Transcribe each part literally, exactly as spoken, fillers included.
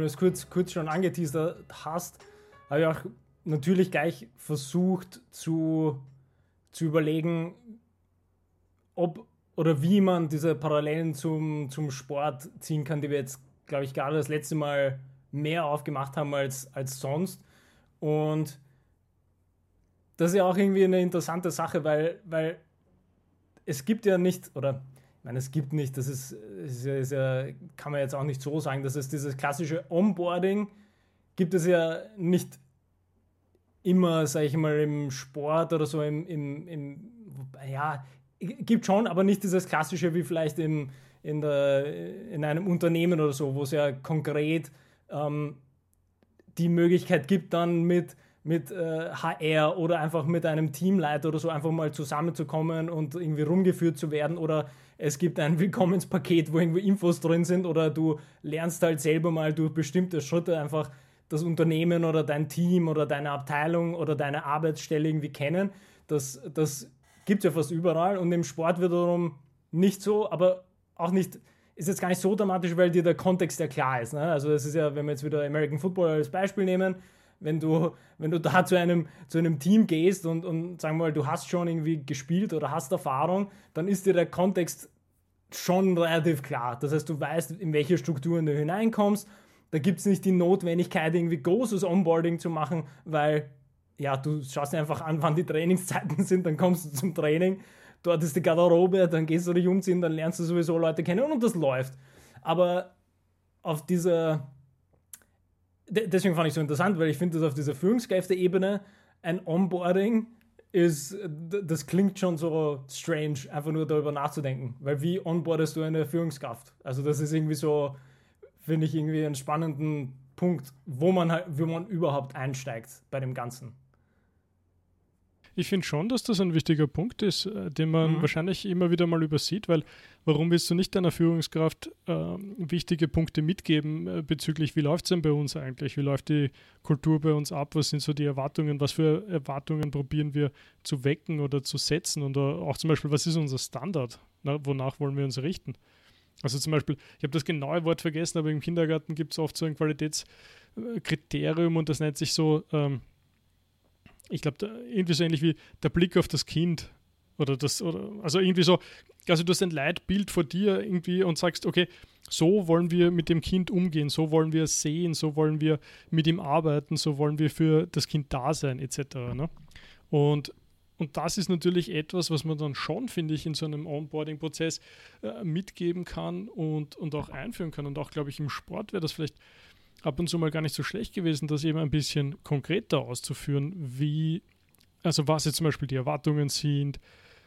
es kurz, kurz schon angeteasert hast, habe ich auch natürlich gleich versucht zu, zu überlegen, ob oder wie man diese Parallelen zum, zum Sport ziehen kann, die wir jetzt, glaube ich, gerade das letzte Mal mehr aufgemacht haben als, als sonst. Und das ist ja auch irgendwie eine interessante Sache, weil, weil es gibt ja nicht, oder ich meine, es gibt nicht, das ist, ist, ja, ist ja, kann man jetzt auch nicht so sagen, dass es dieses klassische Onboarding gibt es ja nicht immer, sage ich mal, im Sport oder so, im, im, im ja, gibt schon, aber nicht dieses klassische wie vielleicht im, in, der, in einem Unternehmen oder so, wo es ja konkret ähm, die Möglichkeit gibt, dann mit, mit äh, H R oder einfach mit einem Teamleiter oder so einfach mal zusammenzukommen und irgendwie rumgeführt zu werden, oder es gibt ein Willkommenspaket, wo irgendwie Infos drin sind, oder du lernst halt selber mal durch bestimmte Schritte einfach das Unternehmen oder dein Team oder deine Abteilung oder deine Arbeitsstelle irgendwie kennen. Das, das gibt es ja fast überall, und im Sport wiederum nicht so, aber auch nicht, ist jetzt gar nicht so dramatisch, weil dir der Kontext ja klar ist. Ne? Also das ist ja, wenn wir jetzt wieder American Football als Beispiel nehmen, wenn du, wenn du da zu einem, zu einem Team gehst und, und sagen wir mal, du hast schon irgendwie gespielt oder hast Erfahrung, dann ist dir der Kontext schon relativ klar. Das heißt, du weißt, in welche Strukturen du hineinkommst. Da gibt es nicht die Notwendigkeit, irgendwie großes Onboarding zu machen, weil ja, du schaust dir einfach an, wann die Trainingszeiten sind, dann kommst du zum Training, dort ist die Garderobe, dann gehst du dich umziehen, dann lernst du sowieso Leute kennen und das läuft. Aber auf dieser, deswegen fand ich es so interessant, weil ich finde, dass auf dieser Führungskräfte-Ebene ein Onboarding ist, das klingt schon so strange, einfach nur darüber nachzudenken, weil wie onboardest du eine Führungskraft? Also das ist irgendwie so, finde ich irgendwie einen spannenden Punkt, wo man halt, wo man überhaupt einsteigt bei dem Ganzen. Ich finde schon, dass das ein wichtiger Punkt ist, den man mhm. wahrscheinlich immer wieder mal übersieht, weil warum willst du nicht deiner Führungskraft äh, wichtige Punkte mitgeben äh, bezüglich, wie läuft es denn bei uns eigentlich, wie läuft die Kultur bei uns ab, was sind so die Erwartungen, was für Erwartungen probieren wir zu wecken oder zu setzen, und auch zum Beispiel, was ist unser Standard, na, wonach wollen wir uns richten? Also zum Beispiel, ich habe das genaue Wort vergessen, aber im Kindergarten gibt es oft so ein Qualitätskriterium, und das nennt sich so, ähm, ich glaube, irgendwie so ähnlich wie der Blick auf das Kind oder das, oder also irgendwie so, also du hast ein Leitbild vor dir irgendwie und sagst, okay, so wollen wir mit dem Kind umgehen, so wollen wir es sehen, so wollen wir mit ihm arbeiten, so wollen wir für das Kind da sein, et cetera. Ne? Und Und das ist natürlich etwas, was man dann schon, finde ich, in so einem Onboarding-Prozess äh, mitgeben kann und, und auch einführen kann. Und auch, glaube ich, im Sport wäre das vielleicht ab und zu mal gar nicht so schlecht gewesen, das eben ein bisschen konkreter auszuführen, wie, also was jetzt zum Beispiel die Erwartungen sind.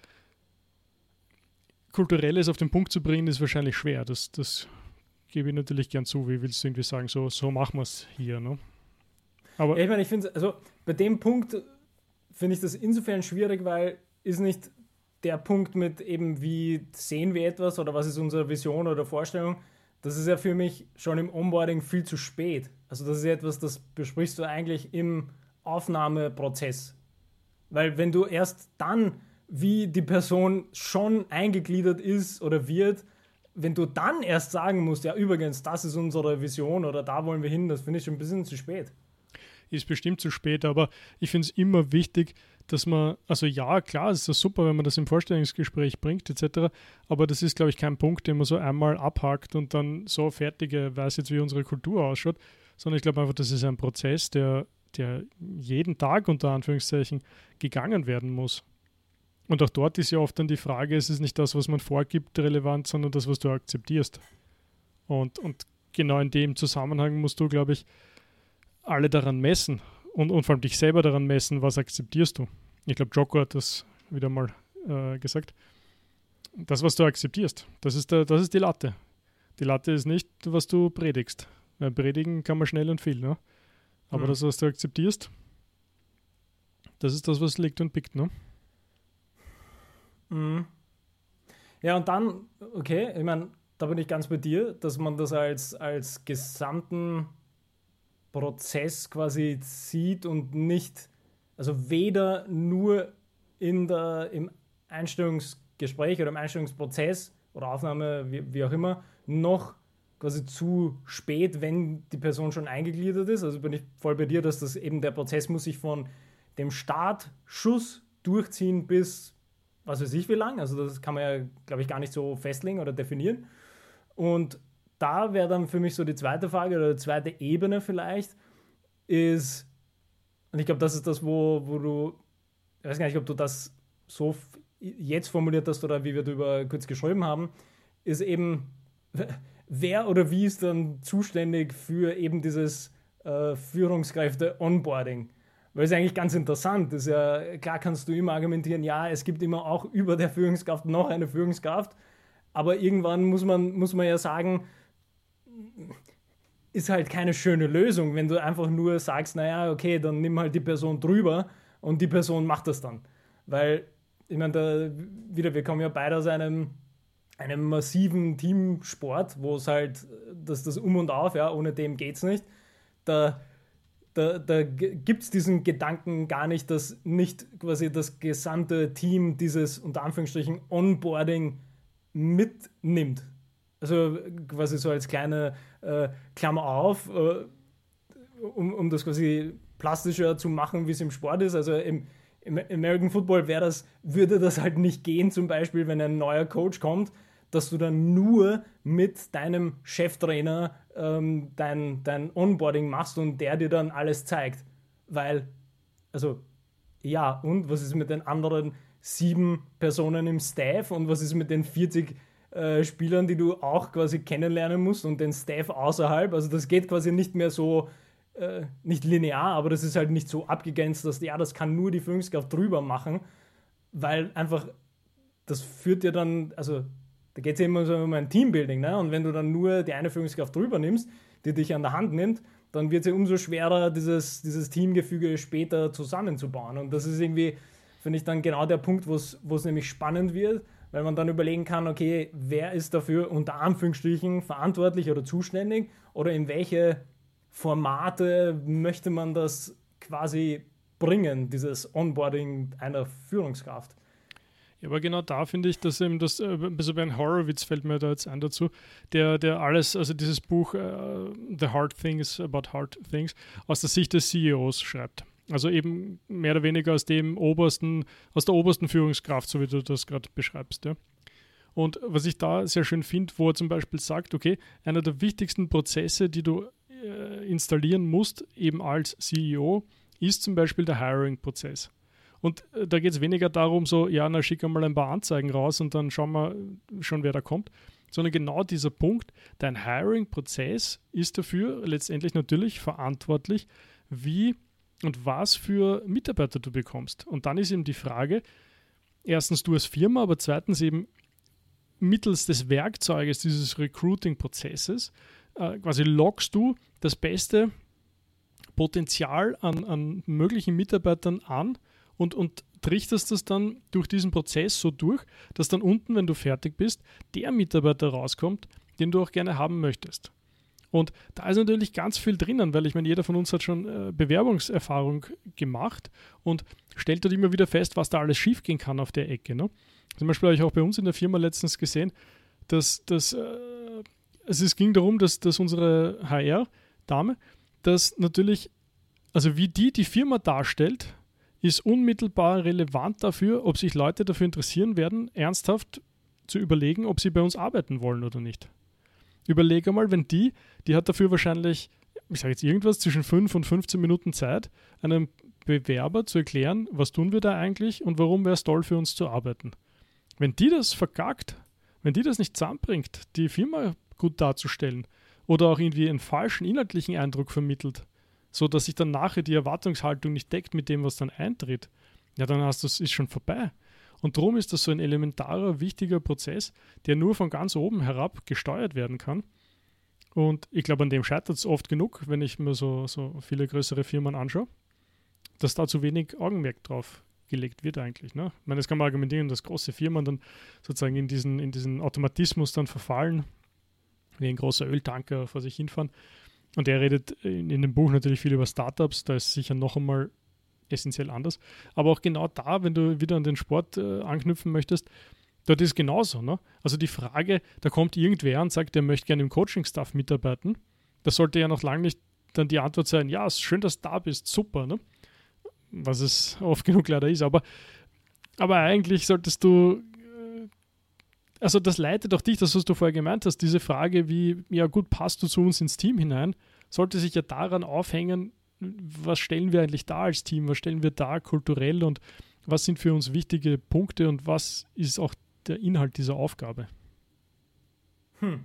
Kulturelles auf den Punkt zu bringen, ist wahrscheinlich schwer. Das, das gebe ich natürlich gern zu. Wie willst du irgendwie sagen, so, so machen wir es hier, ne? Aber ja, ich meine, ich finde, also bei dem Punkt finde ich das insofern schwierig, weil ist nicht der Punkt mit eben, wie sehen wir etwas oder was ist unsere Vision oder Vorstellung, das ist ja für mich schon im Onboarding viel zu spät. Also das ist ja etwas, das besprichst du eigentlich im Aufnahmeprozess. Weil wenn du erst dann, wie die Person schon eingegliedert ist oder wird, wenn du dann erst sagen musst, ja übrigens, das ist unsere Vision oder da wollen wir hin, das finde ich schon ein bisschen zu spät. Ist bestimmt zu spät, aber ich finde es immer wichtig, dass man, also ja, klar, es ist das super, wenn man das im Vorstellungsgespräch bringt, et cetera, aber das ist, glaube ich, kein Punkt, den man so einmal abhakt und dann so fertige, weiß jetzt, wie unsere Kultur ausschaut, sondern ich glaube einfach, das ist ein Prozess, der, der jeden Tag unter Anführungszeichen gegangen werden muss. Und auch dort ist ja oft dann die Frage, es ist nicht das, was man vorgibt, relevant, sondern das, was du akzeptierst. Und, und genau in dem Zusammenhang musst du, glaube ich, alle daran messen und, und vor allem dich selber daran messen, was akzeptierst du. Ich glaube, Jocko hat das wieder mal äh, gesagt. Das, was du akzeptierst, das ist, der, das ist die Latte. Die Latte ist nicht, was du predigst. Weil predigen kann man schnell und viel, ne? Aber mhm. das, was du akzeptierst, das ist das, was liegt und pickt, ne? Mhm. Ja, und dann, okay, ich meine, da bin ich ganz bei dir, dass man das als, als gesamten Prozess quasi sieht und nicht, also weder nur in der, im Einstellungsgespräch oder im Einstellungsprozess oder Aufnahme, wie, wie auch immer, noch quasi zu spät, wenn die Person schon eingegliedert ist. Also bin ich voll bei dir, dass das eben der Prozess muss sich von dem Startschuss durchziehen bis was weiß ich wie lang. Also das kann man ja, glaube ich, gar nicht so festlegen oder definieren. Und da wäre dann für mich so die zweite Frage oder die zweite Ebene vielleicht ist, und ich glaube, das ist das, wo, wo du, ich weiß gar nicht, ob du das so f- jetzt formuliert hast oder wie wir darüber kurz geschrieben haben, ist eben, wer oder wie ist dann zuständig für eben dieses äh, Führungskräfte-Onboarding? Weil es eigentlich ganz interessant ist. Ja, klar kannst du immer argumentieren, ja, es gibt immer auch über der Führungskraft noch eine Führungskraft, aber irgendwann muss man, muss man ja sagen, ist halt keine schöne Lösung, wenn du einfach nur sagst, naja, okay, dann nimm halt die Person drüber und die Person macht das dann. Weil, ich meine, da, wieder, wir kommen ja beide aus einem, einem massiven Teamsport, wo es halt, das, das Um und Auf, ja, ohne dem geht's nicht. Da Da, da gibt es diesen Gedanken gar nicht, dass nicht quasi das gesamte Team dieses unter Anführungsstrichen Onboarding mitnimmt. Also quasi so als kleine äh, Klammer auf, äh, um, um das quasi plastischer zu machen, wie es im Sport ist. Also im, im American Football wäre das, würde das halt nicht gehen, zum Beispiel, wenn ein neuer Coach kommt, dass du dann nur mit deinem Cheftrainer ähm, dein, dein Onboarding machst und der dir dann alles zeigt. Weil, also, ja, und was ist mit den anderen sieben Personen im Staff und was ist mit den vierzig äh, Spielern, die du auch quasi kennenlernen musst und den Staff außerhalb? Also das geht quasi nicht mehr so, äh, nicht linear, aber das ist halt nicht so abgegrenzt, dass, ja, das kann nur die Führungskraft drüber machen, weil einfach, das führt ja dann, also da geht es ja immer so um ein Teambuilding, ne? Und wenn du dann nur die eine Führungskraft drüber nimmst, die dich an der Hand nimmt, dann wird es ja umso schwerer, dieses, dieses Teamgefüge später zusammenzubauen. Und das ist irgendwie, finde ich, dann genau der Punkt, wo es nämlich spannend wird, weil man dann überlegen kann, okay, wer ist dafür unter Anführungsstrichen verantwortlich oder zuständig oder in welche Formate möchte man das quasi bringen, dieses Onboarding einer Führungskraft. Ja, aber genau da finde ich, dass eben das, äh, so Ben Horowitz fällt mir da jetzt ein dazu, der, der alles, also dieses Buch uh, The Hard Things About Hard Things aus der Sicht des C E Os schreibt. Also eben mehr oder weniger aus dem obersten, aus der obersten Führungskraft, so wie du das gerade beschreibst. Ja. Und was ich da sehr schön finde, wo er zum Beispiel sagt, okay, einer der wichtigsten Prozesse, die du äh, installieren musst, eben als C E O, ist zum Beispiel der Hiring-Prozess. Und da geht es weniger darum, so, ja, na, schick mal ein paar Anzeigen raus und dann schauen wir schon, wer da kommt, sondern genau dieser Punkt, dein Hiring-Prozess ist dafür letztendlich natürlich verantwortlich, wie und was für Mitarbeiter du bekommst. Und dann ist eben die Frage, erstens du als Firma, aber zweitens eben mittels des Werkzeuges dieses Recruiting-Prozesses äh, quasi lockst du das beste Potenzial an, an möglichen Mitarbeitern an, Und, und trichterst das dann durch diesen Prozess so durch, dass dann unten, wenn du fertig bist, der Mitarbeiter rauskommt, den du auch gerne haben möchtest. Und da ist natürlich ganz viel drinnen, weil ich meine, jeder von uns hat schon äh, Bewerbungserfahrung gemacht und stellt dort immer wieder fest, was da alles schiefgehen kann auf der Ecke. Ne? Zum Beispiel habe ich auch bei uns in der Firma letztens gesehen, dass, dass äh, also es ging darum, dass, dass unsere H R-Dame, dass natürlich, also wie die die Firma darstellt, ist unmittelbar relevant dafür, ob sich Leute dafür interessieren werden, ernsthaft zu überlegen, ob sie bei uns arbeiten wollen oder nicht. Überlege mal, wenn die, die hat dafür wahrscheinlich, ich sage jetzt irgendwas, zwischen fünf und fünfzehn Minuten Zeit, einem Bewerber zu erklären, was tun wir da eigentlich und warum wäre es toll für uns zu arbeiten. Wenn die das verkackt, wenn die das nicht zusammenbringt, die Firma gut darzustellen oder auch irgendwie einen falschen inhaltlichen Eindruck vermittelt, so dass sich dann nachher die Erwartungshaltung nicht deckt mit dem, was dann eintritt, ja, dann hast du es, ist schon vorbei. Und darum ist das so ein elementarer, wichtiger Prozess, der nur von ganz oben herab gesteuert werden kann. Und ich glaube, an dem scheitert es oft genug, wenn ich mir so, so viele größere Firmen anschaue, dass da zu wenig Augenmerk drauf gelegt wird eigentlich. Ne? Ich meine, das kann man argumentieren, dass große Firmen dann sozusagen in diesen, in diesen Automatismus dann verfallen, wie ein großer Öltanker vor sich hinfahren. Und er redet in, in dem Buch natürlich viel über Startups, da ist sicher noch einmal essentiell anders. Aber auch genau da, wenn du wieder an den Sport äh, anknüpfen möchtest, Dort ist genauso. Ne? Also die Frage, da kommt irgendwer und sagt, er möchte gerne im Coaching-Staff mitarbeiten. Das sollte ja noch lange nicht dann die Antwort sein, ja, es ist schön, dass du da bist, super. Ne? Was es oft genug leider ist. Aber, aber eigentlich solltest du, also das leitet auch dich, das, was du vorher gemeint hast, diese Frage wie, ja gut, passt du zu uns ins Team hinein, sollte sich ja daran aufhängen, was stellen wir eigentlich da als Team, was stellen wir da kulturell und was sind für uns wichtige Punkte und was ist auch der Inhalt dieser Aufgabe? Hm.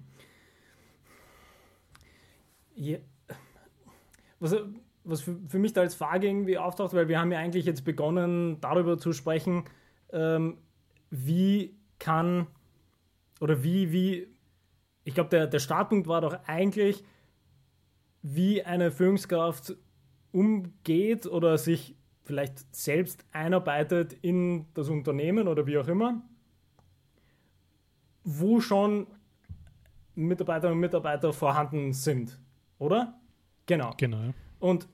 Ja. Was, was für, für mich da als Frage irgendwie auftaucht, weil wir haben ja eigentlich jetzt begonnen, darüber zu sprechen, ähm, wie kann oder wie, wie, ich glaube, der, der Startpunkt war doch eigentlich, wie eine Führungskraft umgeht oder sich vielleicht selbst einarbeitet in das Unternehmen oder wie auch immer, wo schon Mitarbeiterinnen und Mitarbeiter vorhanden sind, oder? Genau. Genau, ja. Und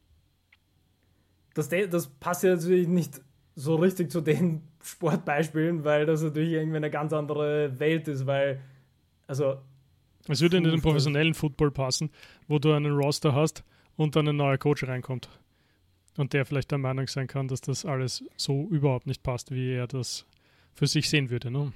das, das passt ja natürlich nicht so richtig zu den Sportbeispielen, weil das natürlich irgendwie eine ganz andere Welt ist, weil, also... Es würde in den professionellen Football passen, wo du einen Roster hast und dann ein neuer Coach reinkommt. Und der vielleicht der Meinung sein kann, dass das alles so überhaupt nicht passt, wie er das für sich sehen würde. Ne?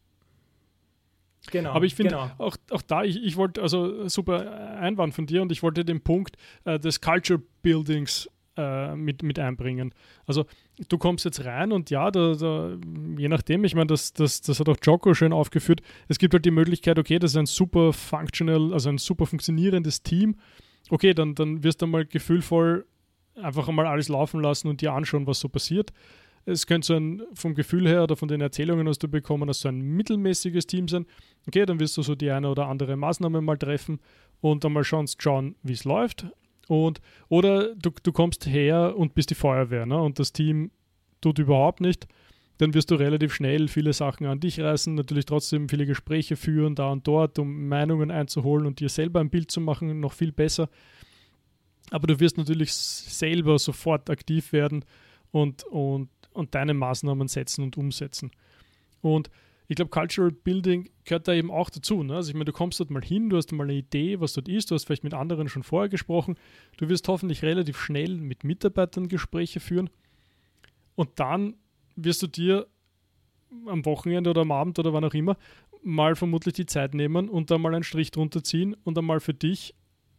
Genau. Aber ich finde genau. auch, auch da, ich, ich wollte, also super Einwand von dir und ich wollte den Punkt äh, des Culture Buildings äh, mit, mit einbringen. Also du kommst jetzt rein und ja, da, da, je nachdem, ich meine, das, das, das hat auch Jocko schön aufgeführt, es gibt halt die Möglichkeit, okay, das ist ein super functional, also ein super funktionierendes Team. Okay, dann, dann wirst du mal gefühlvoll einfach einmal alles laufen lassen und dir anschauen, was so passiert. Es könnte so ein, vom Gefühl her oder von den Erzählungen, was du bekommen hast, so ein mittelmäßiges Team sein. Okay, dann wirst du so die eine oder andere Maßnahme mal treffen und dann mal schauen, schauen wie es läuft. Und, oder du, du kommst her und bist die Feuerwehr, ne? Und das Team tut überhaupt nicht. Dann wirst du relativ schnell viele Sachen an dich reißen, natürlich trotzdem viele Gespräche führen, da und dort, um Meinungen einzuholen und dir selber ein Bild zu machen, noch viel besser. Aber du wirst natürlich selber sofort aktiv werden und, und, und deine Maßnahmen setzen und umsetzen. Und ich glaube, Cultural Building gehört da eben auch dazu. Ne? Also ich meine, du kommst dort mal hin, du hast mal eine Idee, was dort ist, du hast vielleicht mit anderen schon vorher gesprochen, du wirst hoffentlich relativ schnell mit Mitarbeitern Gespräche führen und dann wirst du dir am Wochenende oder am Abend oder wann auch immer mal vermutlich die Zeit nehmen und dann mal einen Strich drunter ziehen und dann mal für dich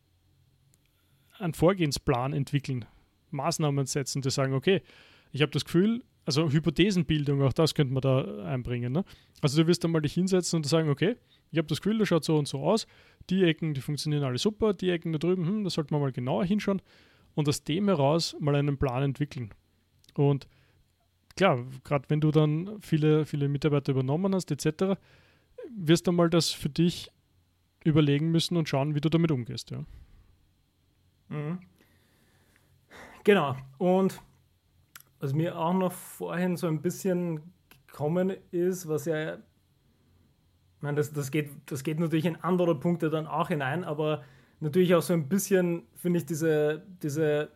einen Vorgehensplan entwickeln, Maßnahmen setzen, die sagen, okay, ich habe das Gefühl, also Hypothesenbildung, auch das könnte man da einbringen. Ne? Also du wirst dann mal dich hinsetzen und sagen, okay, ich habe das Gefühl, das schaut so und so aus, die Ecken, die funktionieren alle super, die Ecken da drüben, hm, da sollte man mal genauer hinschauen und aus dem heraus mal einen Plan entwickeln. Und klar, gerade wenn du dann viele, viele Mitarbeiter übernommen hast, et cetera, wirst du mal das für dich überlegen müssen und schauen, wie du damit umgehst. Ja. Mhm. Genau. Und was mir auch noch vorhin so ein bisschen gekommen ist, was ja, ich meine, das, das, geht, das geht natürlich in andere Punkte dann auch hinein, aber natürlich auch so ein bisschen, finde ich, diese, diese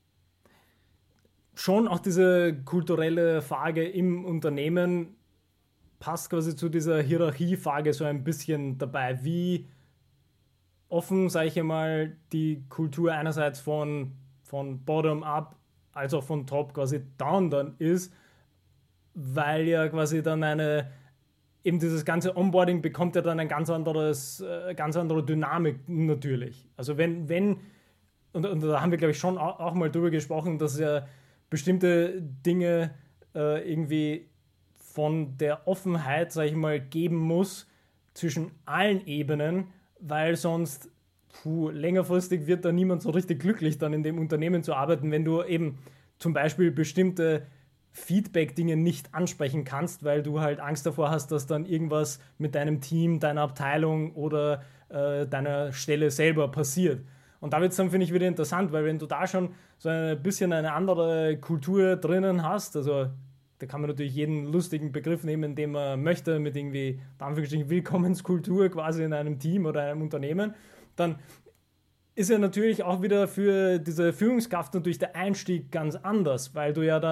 schon auch diese kulturelle Frage im Unternehmen passt quasi zu dieser Hierarchiefrage so ein bisschen dabei. Wie offen, sage ich einmal, die Kultur einerseits von, von Bottom-up als auch von Top quasi down dann ist, weil ja quasi dann eine, eben dieses ganze Onboarding bekommt ja dann ein ganz anderes, äh, ganz andere Dynamik natürlich. Also wenn, wenn und, und da haben wir, glaube ich, schon auch, auch mal drüber gesprochen, dass ja bestimmte Dinge äh, irgendwie von der Offenheit, sage ich mal, geben muss zwischen allen Ebenen, weil sonst puh, längerfristig wird da niemand so richtig glücklich, dann in dem Unternehmen zu arbeiten, wenn du eben zum Beispiel bestimmte Feedback-Dinge nicht ansprechen kannst, weil du halt Angst davor hast, dass dann irgendwas mit deinem Team, deiner Abteilung oder äh, deiner Stelle selber passiert. Und da wird es dann, finde ich, wieder interessant, weil wenn du da schon so ein bisschen eine andere Kultur drinnen hast, also da kann man natürlich jeden lustigen Begriff nehmen, den man möchte, mit irgendwie, Willkommenskultur quasi in einem Team oder einem Unternehmen, dann ist ja natürlich auch wieder für diese Führungskraft natürlich der Einstieg ganz anders, weil du ja dann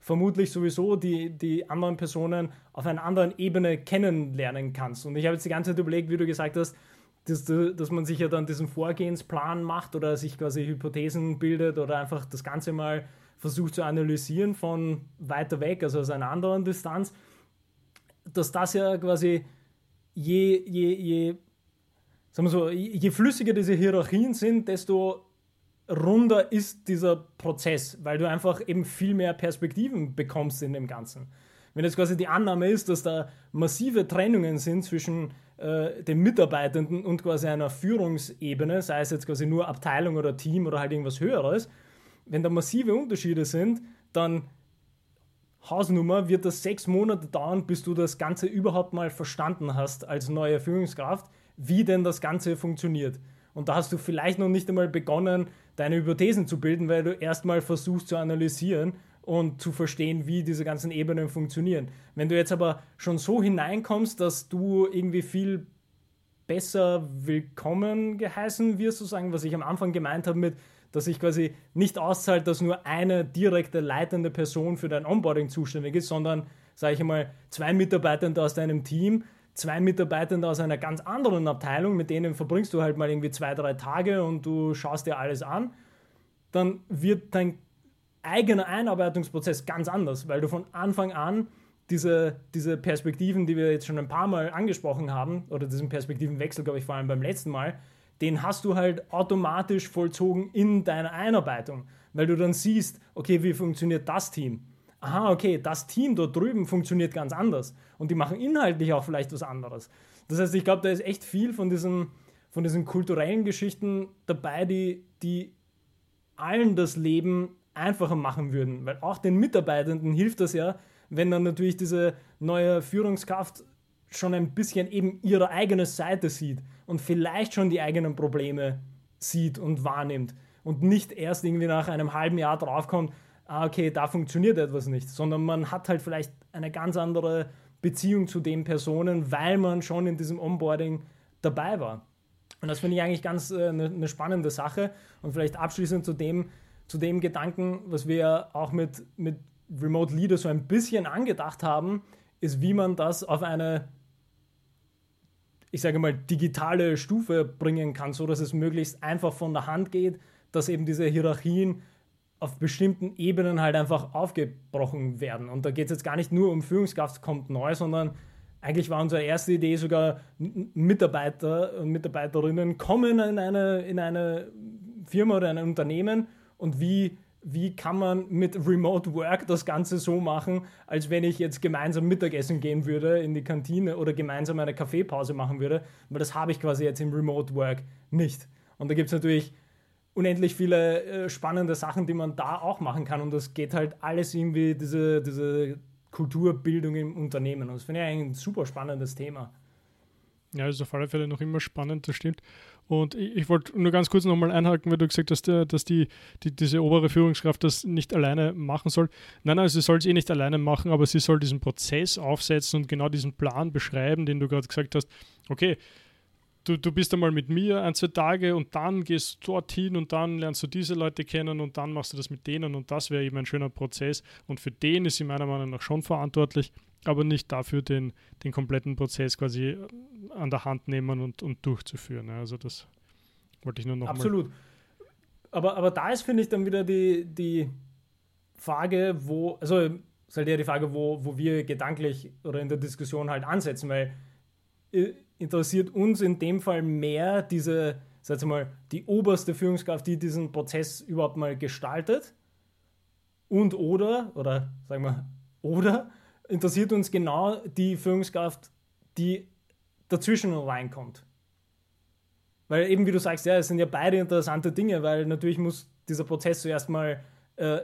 vermutlich sowieso die, die anderen Personen auf einer anderen Ebene kennenlernen kannst. Und ich habe jetzt die ganze Zeit überlegt, wie du gesagt hast, dass, dass man sich ja dann diesen Vorgehensplan macht oder sich quasi Hypothesen bildet oder einfach das Ganze mal versucht zu analysieren von weiter weg, also aus einer anderen Distanz, dass das ja quasi je, je, je, sagen wir so, je flüssiger diese Hierarchien sind, desto runder ist dieser Prozess, weil du einfach eben viel mehr Perspektiven bekommst in dem Ganzen. Wenn jetzt quasi die Annahme ist, dass da massive Trennungen sind zwischen äh, den Mitarbeitenden und quasi einer Führungsebene, sei es jetzt quasi nur Abteilung oder Team oder halt irgendwas Höheres, wenn da massive Unterschiede sind, dann Hausnummer wird das sechs Monate dauern, bis du das Ganze überhaupt mal verstanden hast als neue Führungskraft, wie denn das Ganze funktioniert. Und da hast du vielleicht noch nicht einmal begonnen, deine Hypothesen zu bilden, weil du erstmal versuchst zu analysieren und zu verstehen, wie diese ganzen Ebenen funktionieren. Wenn du jetzt aber schon so hineinkommst, dass du irgendwie viel besser willkommen geheißen wirst, sozusagen, was ich am Anfang gemeint habe mit, dass sich quasi nicht auszahlt, dass nur eine direkte leitende Person für dein Onboarding zuständig ist, sondern, sage ich einmal, zwei Mitarbeitende aus deinem Team, zwei Mitarbeitende aus einer ganz anderen Abteilung, mit denen verbringst du halt mal irgendwie zwei, drei Tage und du schaust dir alles an, dann wird dein eigener Einarbeitungsprozess ganz anders, weil du von Anfang an diese, diese Perspektiven, die wir jetzt schon ein paar Mal angesprochen haben, oder diesen Perspektivenwechsel, glaube ich, vor allem beim letzten Mal, den hast du halt automatisch vollzogen in deiner Einarbeitung, weil du dann siehst, okay, wie funktioniert das Team? Aha, okay, das Team dort drüben funktioniert ganz anders und die machen inhaltlich auch vielleicht was anderes. Das heißt, ich glaube, da ist echt viel von diesen, von diesen kulturellen Geschichten dabei, die, die allen das Leben einfacher machen würden, weil auch den Mitarbeitenden hilft das ja, wenn dann natürlich diese neue Führungskraft schon ein bisschen eben ihre eigene Seite sieht und vielleicht schon die eigenen Probleme sieht und wahrnimmt und nicht erst irgendwie nach einem halben Jahr draufkommt, ah, okay, da funktioniert etwas nicht, sondern man hat halt vielleicht eine ganz andere Beziehung zu den Personen, weil man schon in diesem Onboarding dabei war. Und das finde ich eigentlich ganz äh, eine, eine spannende Sache. Und vielleicht abschließend zu dem, zu dem Gedanken, was wir auch mit, mit Remote Leader so ein bisschen angedacht haben, ist, wie man das auf eine, ich sage mal, digitale Stufe bringen kann, so dass es möglichst einfach von der Hand geht, dass eben diese Hierarchien auf bestimmten Ebenen halt einfach aufgebrochen werden. Und da geht es jetzt gar nicht nur um Führungskraft kommt neu, sondern eigentlich war unsere erste Idee sogar, Mitarbeiter und Mitarbeiterinnen kommen in eine, in eine Firma oder ein Unternehmen und wie, wie kann man mit Remote Work das Ganze so machen, als wenn ich jetzt gemeinsam Mittagessen gehen würde in die Kantine oder gemeinsam eine Kaffeepause machen würde, weil das habe ich quasi jetzt im Remote Work nicht. Und da gibt es natürlich unendlich viele äh, spannende Sachen, die man da auch machen kann und das geht halt alles irgendwie, diese, diese Kulturbildung im Unternehmen und das finde ich eigentlich ein super spannendes Thema. Ja, das ist auf alle Fälle noch immer spannend, das stimmt. Und ich, ich wollte nur ganz kurz nochmal einhaken, weil du gesagt hast, dass die, die, diese obere Führungskraft das nicht alleine machen soll. Nein, nein, sie soll es eh nicht alleine machen, aber sie soll diesen Prozess aufsetzen und genau diesen Plan beschreiben, den du gerade gesagt hast. Okay, Du, du bist einmal mit mir ein, zwei Tage und dann gehst du dorthin und dann lernst du diese Leute kennen und dann machst du das mit denen und das wäre eben ein schöner Prozess und für den ist sie meiner Meinung nach schon verantwortlich, aber nicht dafür den, den kompletten Prozess quasi an der Hand nehmen und, und durchzuführen. Also das wollte ich nur noch Absolut. Mal. Aber, aber da ist, finde ich, dann wieder die, die Frage, wo, also ist halt ja die Frage, wo, wo wir gedanklich oder in der Diskussion halt ansetzen, weil interessiert uns in dem Fall mehr diese, sag ich mal, die oberste Führungskraft, die diesen Prozess überhaupt mal gestaltet und oder, oder sagen wir, oder interessiert uns genau die Führungskraft, die dazwischen reinkommt. Weil eben, wie du sagst, ja, es sind ja beide interessante Dinge, weil natürlich muss dieser Prozess zuerst mal äh,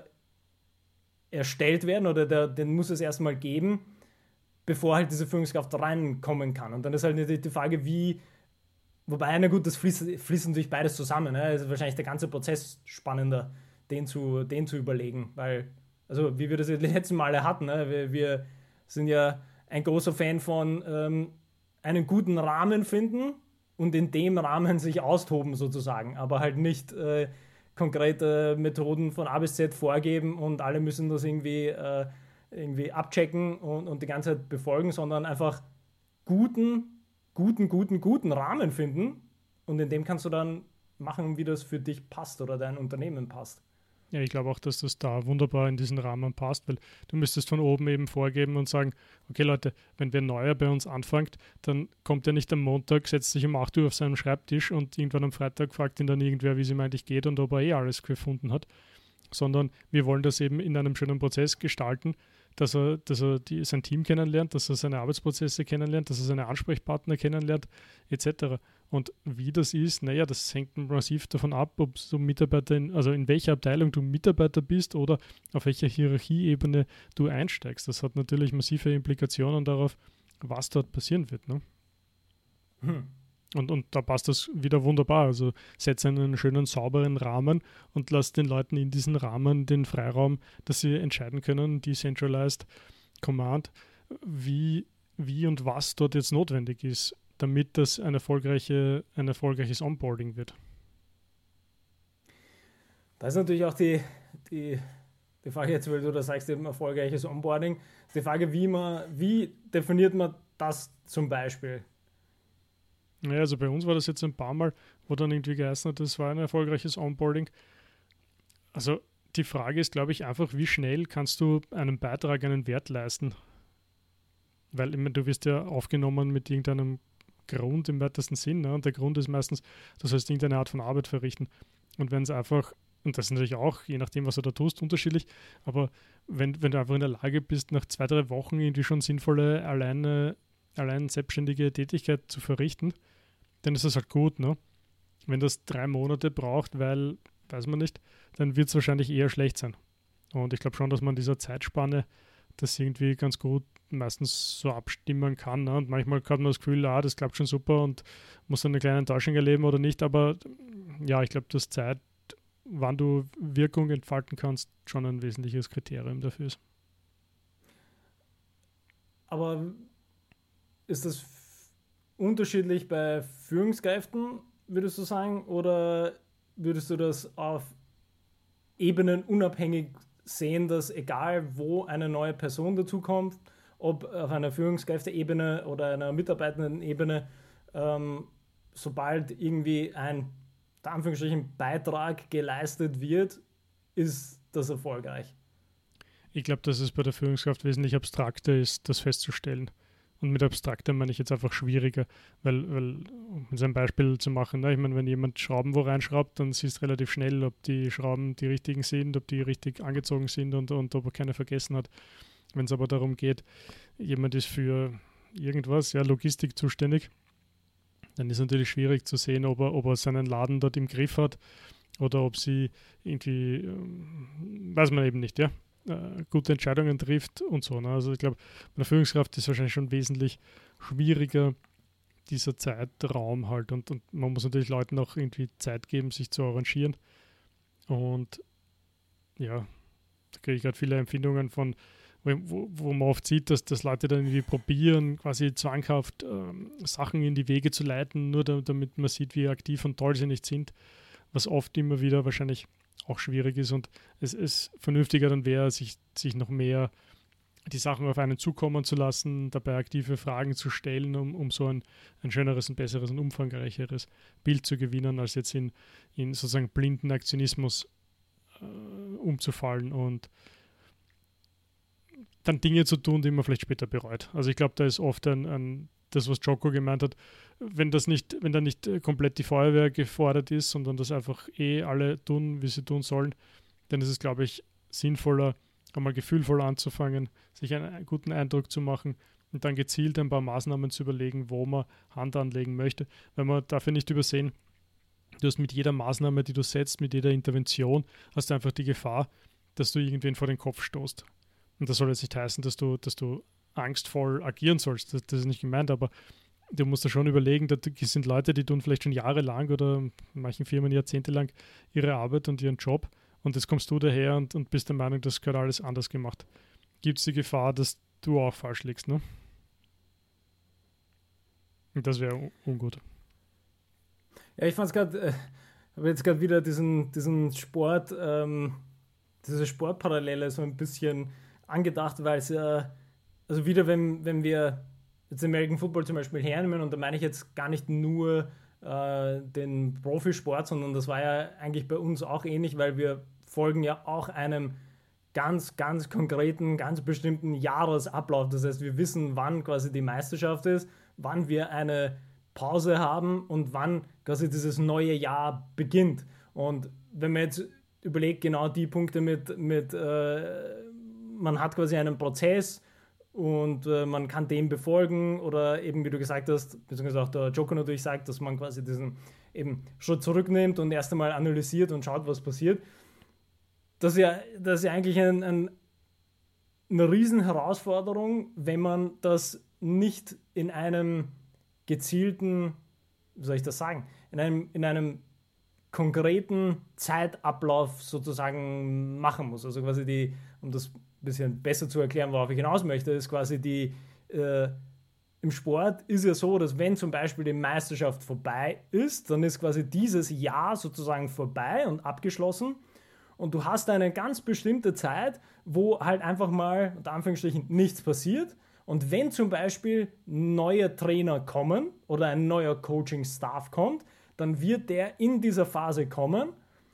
erstellt werden oder der, den muss es erstmal geben, bevor halt diese Führungskraft reinkommen kann. Und dann ist halt natürlich die Frage, wie, wobei, na gut, das fließt, fließt natürlich beides zusammen. Ne? Es ist wahrscheinlich der ganze Prozess spannender, den zu, den zu überlegen, weil, also wie wir das die letzten Male hatten, ne? wir, wir sind ja ein großer Fan von ähm, einen guten Rahmen finden und in dem Rahmen sich austoben sozusagen, aber halt nicht äh, konkrete Methoden von A bis Z vorgeben und alle müssen das irgendwie, äh, irgendwie abchecken und, und die ganze Zeit befolgen, sondern einfach guten, guten, guten, guten Rahmen finden und in dem kannst du dann machen, wie das für dich passt oder dein Unternehmen passt. Ja, ich glaube auch, dass das da wunderbar in diesen Rahmen passt, weil du müsstest von oben eben vorgeben und sagen, okay Leute, wenn wer neuer bei uns anfängt, dann kommt er nicht am Montag, setzt sich um acht Uhr auf seinen Schreibtisch und irgendwann am Freitag fragt ihn dann irgendwer, wie es ihm eigentlich geht und ob er eh alles gefunden hat, sondern wir wollen das eben in einem schönen Prozess gestalten, dass er, dass er die, sein Team kennenlernt, dass er seine Arbeitsprozesse kennenlernt, dass er seine Ansprechpartner kennenlernt, et cetera. Und wie das ist, naja, das hängt massiv davon ab, ob du Mitarbeiter, in, also in welcher Abteilung du Mitarbeiter bist oder auf welcher Hierarchieebene du einsteigst. Das hat natürlich massive Implikationen darauf, was dort passieren wird. Ne? Hm. Und, und da passt das wieder wunderbar. Also setz einen schönen, sauberen Rahmen und lass den Leuten in diesen Rahmen den Freiraum, dass sie entscheiden können, Decentralized Command, wie, wie und was dort jetzt notwendig ist, damit das ein, erfolgreiche, ein erfolgreiches Onboarding wird. Das ist natürlich auch die, die, die Frage jetzt, weil du da sagst, eben erfolgreiches Onboarding, die Frage, wie man, wie definiert man das zum Beispiel? Ja, also bei uns war das jetzt ein paar Mal, wo dann irgendwie geheißen hat, das war ein erfolgreiches Onboarding. Also die Frage ist, glaube ich, einfach, wie schnell kannst du einen Beitrag, einen Wert leisten? Weil ich meine, du wirst ja aufgenommen mit irgendeinem Grund im weitesten Sinn. Ne? Und der Grund ist meistens, du sollst irgendeine Art von Arbeit verrichten. Und wenn es einfach, und das ist natürlich auch, je nachdem, was du da tust, unterschiedlich, aber wenn, wenn du einfach in der Lage bist, nach zwei, drei Wochen irgendwie schon sinnvolle, alleine, allein selbstständige Tätigkeit zu verrichten, dann ist das halt gut. Ne? Wenn das drei Monate braucht, weil, weiß man nicht, dann wird es wahrscheinlich eher schlecht sein. Und ich glaube schon, dass man dieser Zeitspanne das irgendwie ganz gut meistens so abstimmen kann. Ne? Und manchmal hat man das Gefühl, ah, das klappt schon super und muss dann eine kleine Enttäuschung erleben oder nicht. Aber ja, ich glaube, dass Zeit, wann du Wirkung entfalten kannst, schon ein wesentliches Kriterium dafür ist. Aber ist das f- unterschiedlich bei Führungskräften, würdest du sagen? Oder würdest du das auf Ebenen unabhängig sehen, dass egal wo eine neue Person dazukommt, ob auf einer Führungskräfteebene oder einer Mitarbeitendenebene, ähm, sobald irgendwie ein, in Anführungsstrichen, Beitrag geleistet wird, ist das erfolgreich? Ich glaube, dass es bei der Führungskraft wesentlich abstrakter ist, das festzustellen. Und mit abstrakter meine ich jetzt einfach schwieriger, weil, weil um jetzt ein Beispiel zu machen, ne, ich meine, wenn jemand Schrauben wo reinschraubt, dann siehst du relativ schnell, ob die Schrauben die richtigen sind, ob die richtig angezogen sind und, und ob er keine vergessen hat. Wenn es aber darum geht, jemand ist für irgendwas, ja, Logistik zuständig, dann ist es natürlich schwierig zu sehen, ob er, ob er seinen Laden dort im Griff hat oder ob sie irgendwie, ähm, weiß man eben nicht, ja. Gute Entscheidungen trifft und so. Ne? Also ich glaube, bei der Führungskraft ist wahrscheinlich schon wesentlich schwieriger dieser Zeitraum halt und, und man muss natürlich Leuten auch irgendwie Zeit geben, sich zu arrangieren und ja, da kriege ich gerade viele Empfindungen von, wo, wo man oft sieht, dass, dass Leute dann irgendwie probieren, quasi zwanghaft ähm, Sachen in die Wege zu leiten, nur da, damit man sieht, wie aktiv und toll sie nicht sind, was oft immer wieder wahrscheinlich auch schwierig ist und es ist vernünftiger dann wäre, sich, sich noch mehr die Sachen auf einen zukommen zu lassen, dabei aktive Fragen zu stellen, um, um so ein, ein schöneres, ein besseres und umfangreicheres Bild zu gewinnen, als jetzt in, in sozusagen blinden Aktionismus äh, umzufallen und dann Dinge zu tun, die man vielleicht später bereut. Also ich glaube, da ist oft ein, ein das, was Jocko gemeint hat, wenn das nicht, wenn da nicht komplett die Feuerwehr gefordert ist, sondern das einfach eh alle tun, wie sie tun sollen, dann ist es, glaube ich, sinnvoller, einmal gefühlvoll anzufangen, sich einen, einen guten Eindruck zu machen und dann gezielt ein paar Maßnahmen zu überlegen, wo man Hand anlegen möchte. Weil man dafür nicht übersehen, du hast mit jeder Maßnahme, die du setzt, mit jeder Intervention, hast du einfach die Gefahr, dass du irgendwen vor den Kopf stoßt. Und das soll jetzt nicht heißen, dass du, dass du angstvoll agieren sollst. Das, das ist nicht gemeint, aber du musst da schon überlegen, da sind Leute, die tun vielleicht schon jahrelang oder in manchen Firmen jahrzehntelang ihre Arbeit und ihren Job und jetzt kommst du daher und, und bist der Meinung, das gehört alles anders gemacht. Gibt es die Gefahr, dass du auch falsch liegst, ne? Und das wäre ungut. Ja, ich fand es gerade, äh, habe jetzt gerade wieder diesen, diesen Sport, ähm, diese Sportparallele so ein bisschen angedacht, weil es ja, also wieder, wenn, wenn wir jetzt American Football zum Beispiel hernehmen, und da meine ich jetzt gar nicht nur äh, den Profisport, sondern das war ja eigentlich bei uns auch ähnlich, weil wir folgen ja auch einem ganz, ganz konkreten, ganz bestimmten Jahresablauf. Das heißt, wir wissen, wann quasi die Meisterschaft ist, wann wir eine Pause haben und wann quasi dieses neue Jahr beginnt. Und wenn man jetzt überlegt, genau die Punkte mit, mit äh, man hat quasi einen Prozess und äh, man kann dem befolgen, oder eben, wie du gesagt hast, beziehungsweise auch der Joko natürlich sagt, dass man quasi diesen eben Schritt zurücknimmt und erst einmal analysiert und schaut, was passiert. Das ist ja, das ist ja eigentlich ein, ein, eine riesen Herausforderung, wenn man das nicht in einem gezielten, wie soll ich das sagen, in einem, in einem konkreten Zeitablauf sozusagen machen muss. Also quasi die, um das ein bisschen besser zu erklären, worauf ich hinaus möchte, ist quasi die, äh, im Sport ist ja so, dass wenn zum Beispiel die Meisterschaft vorbei ist, dann ist quasi dieses Jahr sozusagen vorbei und abgeschlossen. Und du hast eine ganz bestimmte Zeit, wo halt einfach mal, unter Anführungsstrichen, nichts passiert. Und wenn zum Beispiel neue Trainer kommen oder ein neuer Coaching-Staff kommt, dann wird der in dieser Phase kommen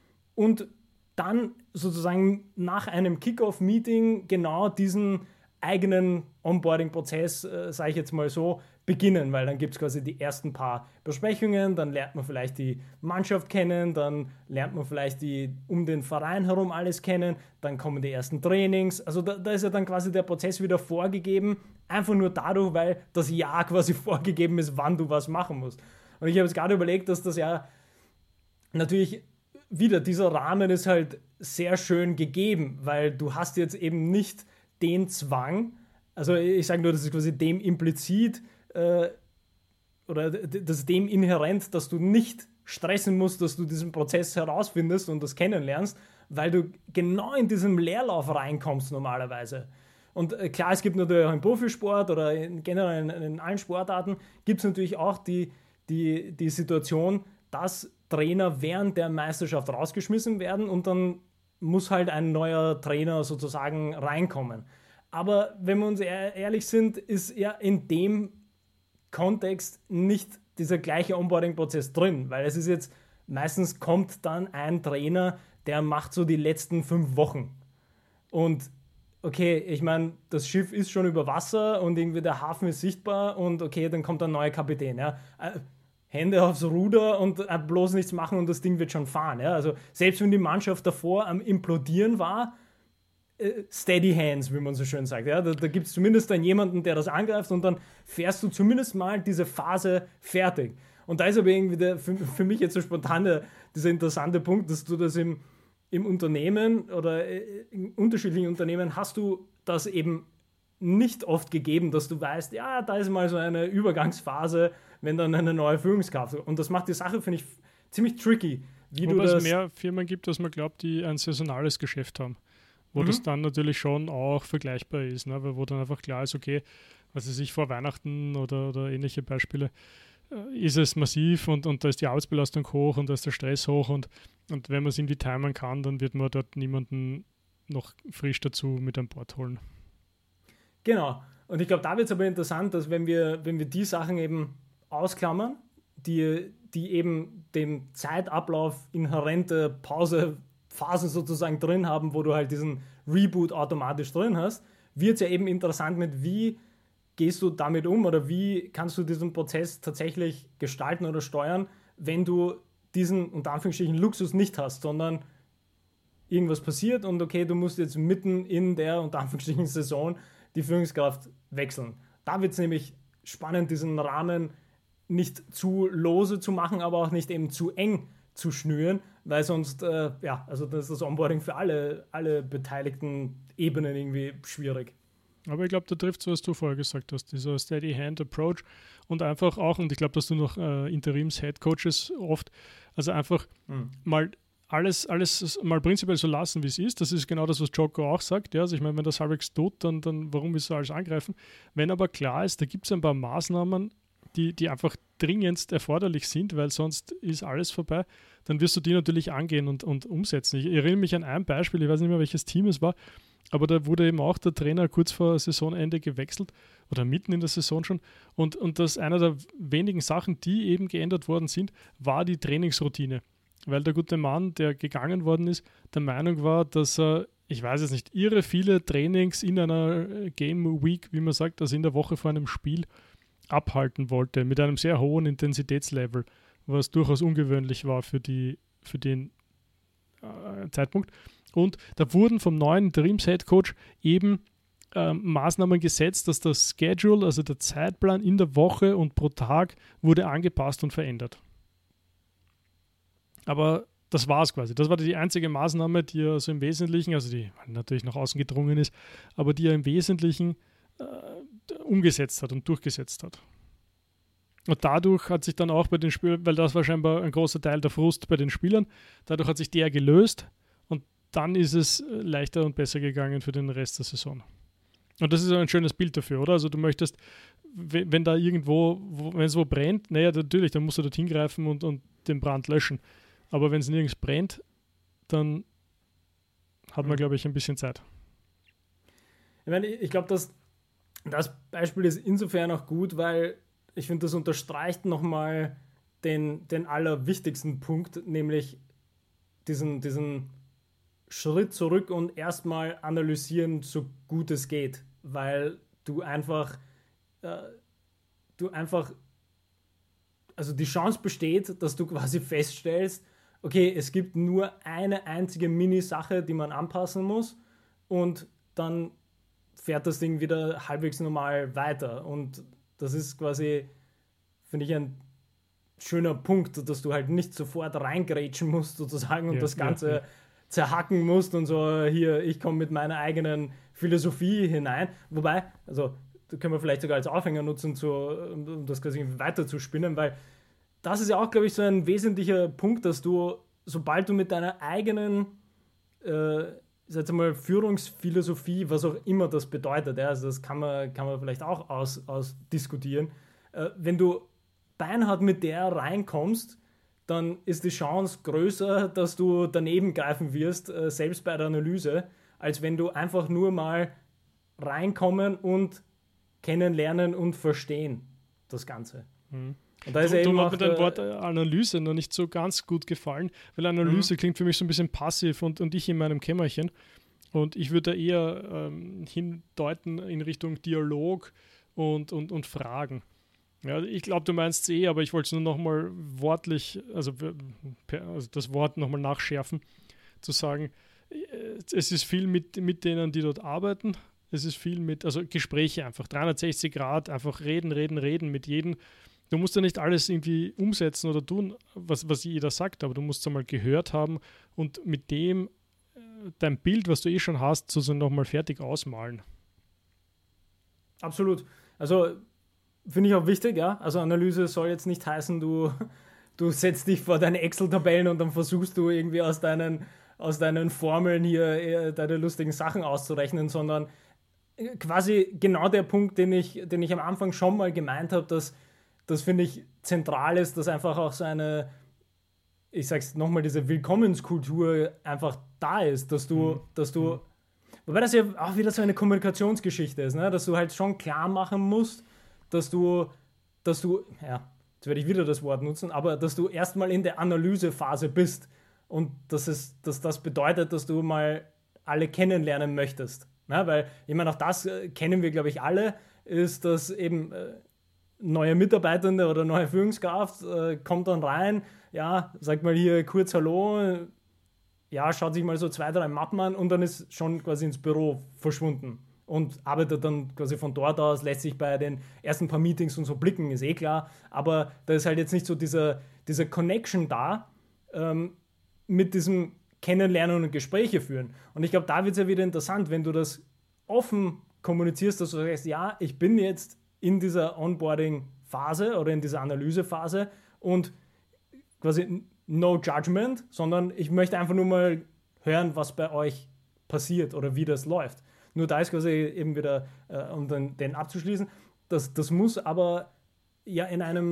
und dann sozusagen nach einem Kick-Off-Meeting genau diesen eigenen Onboarding-Prozess, äh, sage ich jetzt mal so, beginnen, weil dann gibt es quasi die ersten paar Besprechungen, dann lernt man vielleicht die Mannschaft kennen, dann lernt man vielleicht die um den Verein herum alles kennen, dann kommen die ersten Trainings, also da, da ist ja dann quasi der Prozess wieder vorgegeben, einfach nur dadurch, weil das Jahr quasi vorgegeben ist, wann du was machen musst. Und ich habe jetzt gerade überlegt, dass das ja natürlich wieder, dieser Rahmen ist halt sehr schön gegeben, weil du hast jetzt eben nicht den Zwang, also ich sage nur, das ist quasi dem implizit, äh, oder das ist dem inhärent, dass du nicht stressen musst, dass du diesen Prozess herausfindest und das kennenlernst, weil du genau in diesem Leerlauf reinkommst normalerweise. Und äh, klar, es gibt natürlich auch im Profisport oder in, generell in, in allen Sportarten gibt es natürlich auch die, die, die Situation, dass Trainer während der Meisterschaft rausgeschmissen werden und dann muss halt ein neuer Trainer sozusagen reinkommen. Aber wenn wir uns ehrlich sind, ist ja in dem Kontext nicht dieser gleiche Onboarding-Prozess drin, weil es ist jetzt, meistens kommt dann ein Trainer, der macht so die letzten fünf Wochen. Und okay, ich meine, das Schiff ist schon über Wasser und irgendwie der Hafen ist sichtbar und okay, dann kommt ein neuer Kapitän. Ja. Hände aufs Ruder und bloß nichts machen und das Ding wird schon fahren. Ja. Also selbst wenn die Mannschaft davor am Implodieren war, steady hands, wie man so schön sagt. Ja? Da, da gibt es zumindest dann jemanden, der das angreift und dann fährst du zumindest mal diese Phase fertig. Und da ist aber irgendwie der, für, für mich jetzt so spontan der, dieser interessante Punkt, dass du das im, im Unternehmen oder in unterschiedlichen Unternehmen hast du das eben nicht oft gegeben, dass du weißt, ja, da ist mal so eine Übergangsphase, wenn dann eine neue Führungskraft. Und das macht die Sache, finde ich, ziemlich tricky. Wie Wobei du das es mehr Firmen gibt, als man glaubt, die ein saisonales Geschäft haben. Wo mhm. das dann natürlich schon auch vergleichbar ist, ne? Weil wo dann einfach klar ist, okay, was weiß ich, vor Weihnachten oder, oder ähnliche Beispiele, äh, ist es massiv und, und da ist die Arbeitsbelastung hoch und da ist der Stress hoch und, und wenn man es irgendwie timen kann, dann wird man dort niemanden noch frisch dazu mit an Bord holen. Genau. Und ich glaube, da wird es aber interessant, dass wenn wir, wenn wir die Sachen eben ausklammern, die, die eben dem Zeitablauf inhärente Pause Phasen sozusagen drin haben, wo du halt diesen Reboot automatisch drin hast, wird es ja eben interessant mit, wie gehst du damit um oder wie kannst du diesen Prozess tatsächlich gestalten oder steuern, wenn du diesen, unter Anführungsstrichen, Luxus nicht hast, sondern irgendwas passiert und okay, du musst jetzt mitten in der, unter Anführungsstrichen, Saison die Führungskraft wechseln. Da wird es nämlich spannend, diesen Rahmen nicht zu lose zu machen, aber auch nicht eben zu eng zu schnüren, weil sonst, äh, ja, also das ist das Onboarding für alle, alle beteiligten Ebenen irgendwie schwierig. Aber ich glaube, da trifft es, was du vorher gesagt hast, dieser Steady-Hand-Approach und einfach auch, und ich glaube, dass du noch äh, Interims-Head-Coaches oft, also einfach hm. mal alles, alles mal prinzipiell so lassen, wie es ist. Das ist genau das, was Joko auch sagt. Ja? Also ich meine, wenn das halbwegs tut, dann, dann warum ist so alles angreifen? Wenn aber klar ist, da gibt es ein paar Maßnahmen, die, die einfach dringendst erforderlich sind, weil sonst ist alles vorbei, dann wirst du die natürlich angehen und, und umsetzen. Ich erinnere mich an ein Beispiel, ich weiß nicht mehr, welches Team es war, aber da wurde eben auch der Trainer kurz vor Saisonende gewechselt oder mitten in der Saison schon und, und das einer der wenigen Sachen, die eben geändert worden sind, war die Trainingsroutine, weil der gute Mann, der gegangen worden ist, der Meinung war, dass er, ich weiß es nicht, irre viele Trainings in einer Game Week, wie man sagt, also in der Woche vor einem Spiel abhalten wollte, mit einem sehr hohen Intensitätslevel, was durchaus ungewöhnlich war für, die, für den äh, Zeitpunkt. Und da wurden vom neuen Interims-Headcoach eben ähm, Maßnahmen gesetzt, dass das Schedule, also der Zeitplan in der Woche und pro Tag, wurde angepasst und verändert. Aber das war es quasi. Das war die einzige Maßnahme, die er so im Wesentlichen, also die natürlich nach außen gedrungen ist, aber die er im Wesentlichen äh, umgesetzt hat und durchgesetzt hat. Und dadurch hat sich dann auch bei den Spielern, weil das war scheinbar ein großer Teil der Frust bei den Spielern, dadurch hat sich der gelöst und dann ist es leichter und besser gegangen für den Rest der Saison. Und das ist ein schönes Bild dafür, oder? Also du möchtest, wenn da irgendwo, wenn es wo brennt, naja, natürlich, dann musst du dort hingreifen und, und den Brand löschen. Aber wenn es nirgends brennt, dann hat man, glaube ich, ein bisschen Zeit. Ich meine, ich glaube, dass das Beispiel ist insofern auch gut, weil ich finde, das unterstreicht nochmal den, den allerwichtigsten Punkt, nämlich diesen, diesen Schritt zurück und erstmal analysieren, so gut es geht, weil du einfach, äh, du einfach, also die Chance besteht, dass du quasi feststellst, okay, es gibt nur eine einzige Mini-Sache, die man anpassen muss und dann fährt das Ding wieder halbwegs normal weiter. Und das ist quasi, finde ich, ein schöner Punkt, dass du halt nicht sofort reingrätschen musst sozusagen und ja, das Ganze ja, ja. zerhacken musst und so, hier, ich komme mit meiner eigenen Philosophie hinein. Wobei, also da können wir vielleicht sogar als Aufhänger nutzen, zu, um das quasi weiter zu spinnen, weil das ist ja auch, glaube ich, so ein wesentlicher Punkt, dass du, sobald du mit deiner eigenen äh, sag mal, Führungsphilosophie, was auch immer das bedeutet, ja, also das kann man, kann man vielleicht auch aus, ausdiskutieren, äh, wenn du beinhart mit der reinkommst, dann ist die Chance größer, dass du daneben greifen wirst, äh, selbst bei der Analyse, als wenn du einfach nur mal reinkommen und kennenlernen und verstehen, das Ganze. Mhm. Und da ist Darum hat mir dein Wort Analyse noch nicht so ganz gut gefallen, weil Analyse mhm. klingt für mich so ein bisschen passiv und, und ich in meinem Kämmerchen. Und ich würde eher ähm, hindeuten in Richtung Dialog und, und, und Fragen. Ja, ich glaube, du meinst es eh, aber ich wollte es nur nochmal wortlich, also, per, also das Wort nochmal nachschärfen, zu sagen, es ist viel mit, mit denen, die dort arbeiten. Es ist viel mit, also Gespräche einfach, dreihundertsechzig Grad, einfach reden, reden, reden mit jedem. Du musst ja nicht alles irgendwie umsetzen oder tun, was, was jeder sagt, aber du musst es einmal gehört haben und mit dem äh, dein Bild, was du eh schon hast, sozusagen nochmal fertig ausmalen. Absolut. Also finde ich auch wichtig, ja. Also Analyse soll jetzt nicht heißen, du, du setzt dich vor deine Excel-Tabellen und dann versuchst du irgendwie aus deinen, aus deinen Formeln hier deine lustigen Sachen auszurechnen, sondern quasi genau der Punkt, den ich, den ich am Anfang schon mal gemeint habe, dass das, finde ich, zentral ist, dass einfach auch so eine, ich sag's nochmal, diese Willkommenskultur einfach da ist, dass du, mhm. dass du, mhm. wobei das ja auch wieder so eine Kommunikationsgeschichte ist, ne? Dass du halt schon klar machen musst, dass du, dass du, ja, jetzt werde ich wieder das Wort nutzen, aber dass du erstmal in der Analysephase bist und dass, es, dass das bedeutet, dass du mal alle kennenlernen möchtest. Ne? Weil, ich meine, auch das äh, kennen wir, glaube ich, alle, ist, dass eben äh, neue Mitarbeitende oder neue Führungskraft äh, kommt dann rein, ja, sagt mal hier kurz Hallo, ja, schaut sich mal so zwei, drei Mappen an und dann ist schon quasi ins Büro verschwunden und arbeitet dann quasi von dort aus, lässt sich bei den ersten paar Meetings und so blicken, ist eh klar, aber da ist halt jetzt nicht so dieser, dieser Connection da ähm, mit diesem Kennenlernen und Gespräche führen. Und ich glaube, da wird es ja wieder interessant, wenn du das offen kommunizierst, dass du sagst, ja, ich bin jetzt in dieser Onboarding-Phase oder in dieser Analyse-Phase und quasi no judgment, sondern ich möchte einfach nur mal hören, was bei euch passiert oder wie das läuft. Nur da ist quasi eben wieder, äh, um den, den abzuschließen, das, das muss aber ja in einem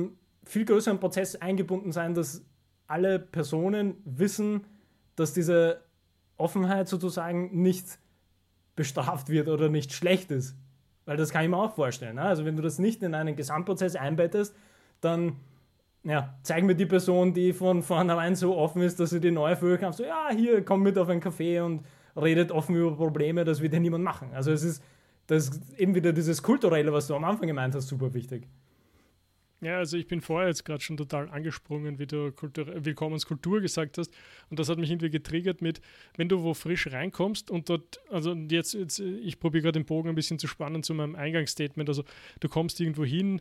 viel größeren Prozess eingebunden sein, dass alle Personen wissen, dass diese Offenheit sozusagen nicht bestraft wird oder nicht schlecht ist. Weil das kann ich mir auch vorstellen. Ne? Also wenn du das nicht in einen Gesamtprozess einbettest, dann ja, zeig mir die Person, die von vornherein so offen ist, dass sie die neue Führerkraft so, ja, hier, komm mit auf einen Café und redet offen über Probleme, das wird ja niemand machen. Also es ist, das ist eben wieder dieses Kulturelle, was du am Anfang gemeint hast, super wichtig. Ja, also ich bin vorher jetzt gerade schon total angesprungen, wie du Kultur, Willkommenskultur gesagt hast, und das hat mich irgendwie getriggert mit, wenn du wo frisch reinkommst und dort, also jetzt, jetzt ich probiere gerade den Bogen ein bisschen zu spannen zu meinem Eingangsstatement, also du kommst irgendwo hin,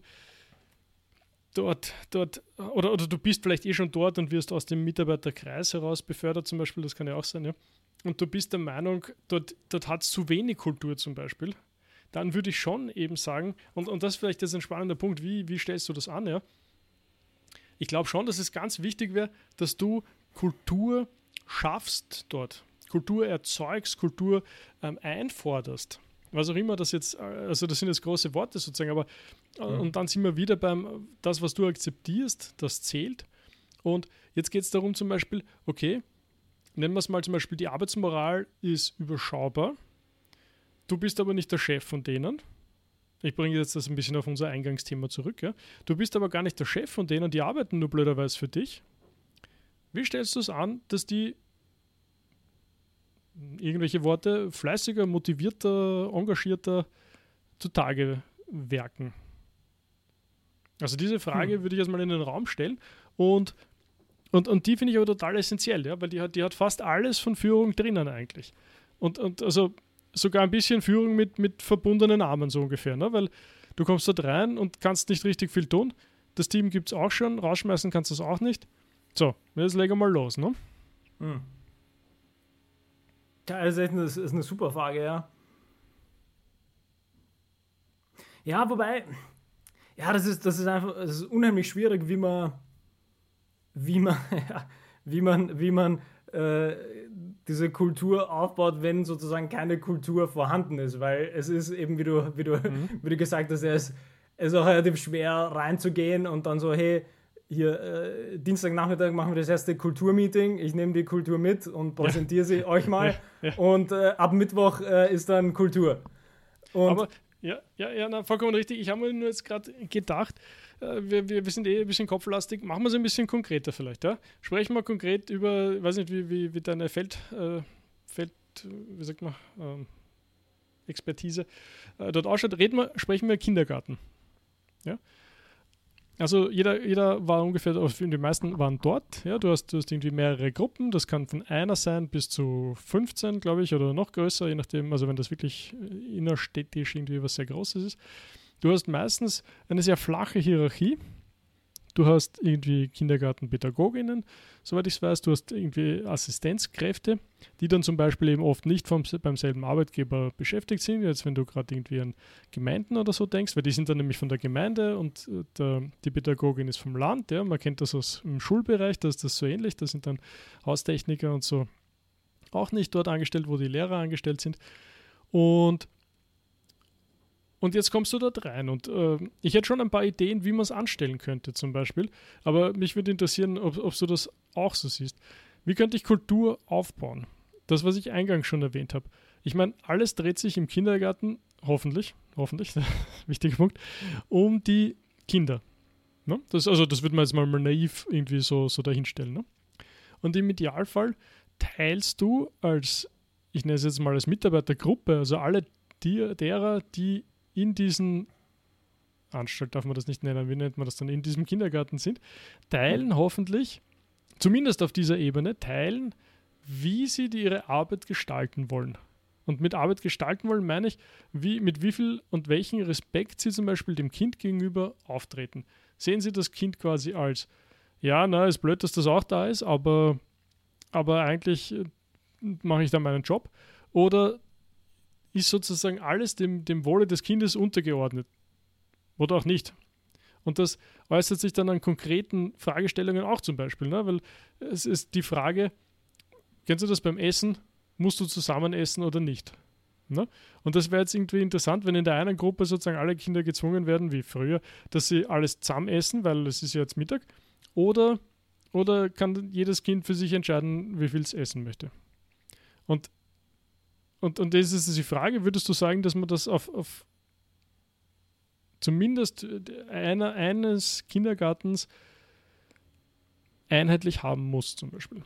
dort, dort, oder, oder du bist vielleicht eh schon dort und wirst aus dem Mitarbeiterkreis heraus befördert zum Beispiel, das kann ja auch sein, ja, und du bist der Meinung, dort, dort hat es zu wenig Kultur zum Beispiel, dann würde ich schon eben sagen, und, und das ist vielleicht jetzt ein spannender Punkt, wie, wie stellst du das an, ja? Ich glaube schon, dass es ganz wichtig wäre, dass du Kultur schaffst dort, Kultur erzeugst, Kultur ähm, einforderst. Was auch immer das jetzt, also das sind jetzt große Worte sozusagen, aber ja. Und dann sind wir wieder beim, das, was du akzeptierst, das zählt. Und jetzt geht es darum zum Beispiel, okay, nennen wir es mal zum Beispiel, die Arbeitsmoral ist überschaubar. Du bist aber nicht der Chef von denen. Ich bringe jetzt das ein bisschen auf unser Eingangsthema zurück. Ja. Du bist aber gar nicht der Chef von denen, die arbeiten nur blöderweise für dich. Wie stellst du es an, dass die irgendwelche Worte fleißiger, motivierter, engagierter zutage werken? Also diese Frage hm. würde ich erstmal in den Raum stellen und, und, und die finde ich aber total essentiell, ja, weil die hat, die hat fast alles von Führung drinnen eigentlich. Und, und also sogar ein bisschen Führung mit, mit verbundenen Armen so ungefähr, ne? Weil du kommst dort rein und kannst nicht richtig viel tun. Das Team gibt es auch schon, rausschmeißen kannst du es auch nicht. So, jetzt legen wir mal los, ne? Hm. Ja, das ist, eine, das ist eine super Frage, ja. Ja, wobei, ja, das ist, das ist einfach, das ist unheimlich schwierig, wie man, wie man, ja, wie man, wie man äh, diese Kultur aufbaut, wenn sozusagen keine Kultur vorhanden ist, weil es ist eben, wie du, wie du, mhm. wie du gesagt hast, es ist, es ist auch relativ schwer reinzugehen und dann so, hey, hier, äh, Dienstagnachmittag machen wir das erste Kulturmeeting, ich nehme die Kultur mit und präsentiere ja. sie euch mal ja, ja. und äh, ab Mittwoch äh, ist dann Kultur. Und aber ja, ja, ja, na, vollkommen richtig. Ich habe mir nur jetzt gerade gedacht, äh, wir, wir, wir sind eh ein bisschen kopflastig, machen wir es ein bisschen konkreter vielleicht. Ja? Sprechen wir konkret über, ich weiß nicht, wie, wie, wie deine Feld, äh, Feld, wie sagt man, ähm, Expertise äh, dort ausschaut. Reden wir, sprechen wir Kindergarten. Ja? Also jeder, jeder war ungefähr, die meisten waren dort. Ja? Du hast, du hast irgendwie mehrere Gruppen, das kann von einer sein bis zu fünfzehn, glaube ich, oder noch größer, je nachdem, also wenn das wirklich innerstädtisch irgendwie was sehr Großes ist. Du hast meistens eine sehr flache Hierarchie. Du hast irgendwie Kindergartenpädagoginnen, soweit ich es weiß. Du hast irgendwie Assistenzkräfte, die dann zum Beispiel eben oft nicht vom, beim selben Arbeitgeber beschäftigt sind. Jetzt, wenn du gerade irgendwie an Gemeinden oder so denkst, weil die sind dann nämlich von der Gemeinde und der, die Pädagogin ist vom Land. Ja. Man kennt das aus dem Schulbereich, da ist das so ähnlich. Da sind dann Haustechniker und so auch nicht dort angestellt, wo die Lehrer angestellt sind. Und Und jetzt kommst du dort rein und äh, ich hätte schon ein paar Ideen, wie man es anstellen könnte zum Beispiel, aber mich würde interessieren, ob, ob du das auch so siehst. Wie könnte ich Kultur aufbauen? Das, was ich eingangs schon erwähnt habe. Ich meine, alles dreht sich im Kindergarten, hoffentlich, hoffentlich, wichtiger Punkt, um die Kinder. Ne? Das, also das würde man jetzt mal, mal naiv irgendwie so, so dahinstellen. Ne? Und im Idealfall teilst du als, ich nenne es jetzt mal als Mitarbeitergruppe, also alle die, derer, die in diesen Anstalt, darf man das nicht nennen, wie nennt man das dann, in diesem Kindergarten sind, teilen mhm. hoffentlich, zumindest auf dieser Ebene, teilen, wie sie die ihre Arbeit gestalten wollen. Und mit Arbeit gestalten wollen meine ich, wie, mit wie viel und welchen Respekt sie zum Beispiel dem Kind gegenüber auftreten. Sehen sie das Kind quasi als, ja, na, ist blöd, dass das auch da ist, aber, aber eigentlich mache ich da meinen Job. Oder ist sozusagen alles dem, dem Wohle des Kindes untergeordnet. Oder auch nicht. Und das äußert sich dann an konkreten Fragestellungen auch zum Beispiel. Ne? Weil es ist die Frage, kennst du das beim Essen, musst du zusammen essen oder nicht? Ne? Und das wäre jetzt irgendwie interessant, wenn in der einen Gruppe sozusagen alle Kinder gezwungen werden, wie früher, dass sie alles zusammen essen, weil es ist ja jetzt Mittag, oder, oder kann jedes Kind für sich entscheiden, wie viel es essen möchte. Und, und, und das ist die Frage, würdest du sagen, dass man das auf, auf zumindest einer, eines Kindergartens einheitlich haben muss, zum Beispiel?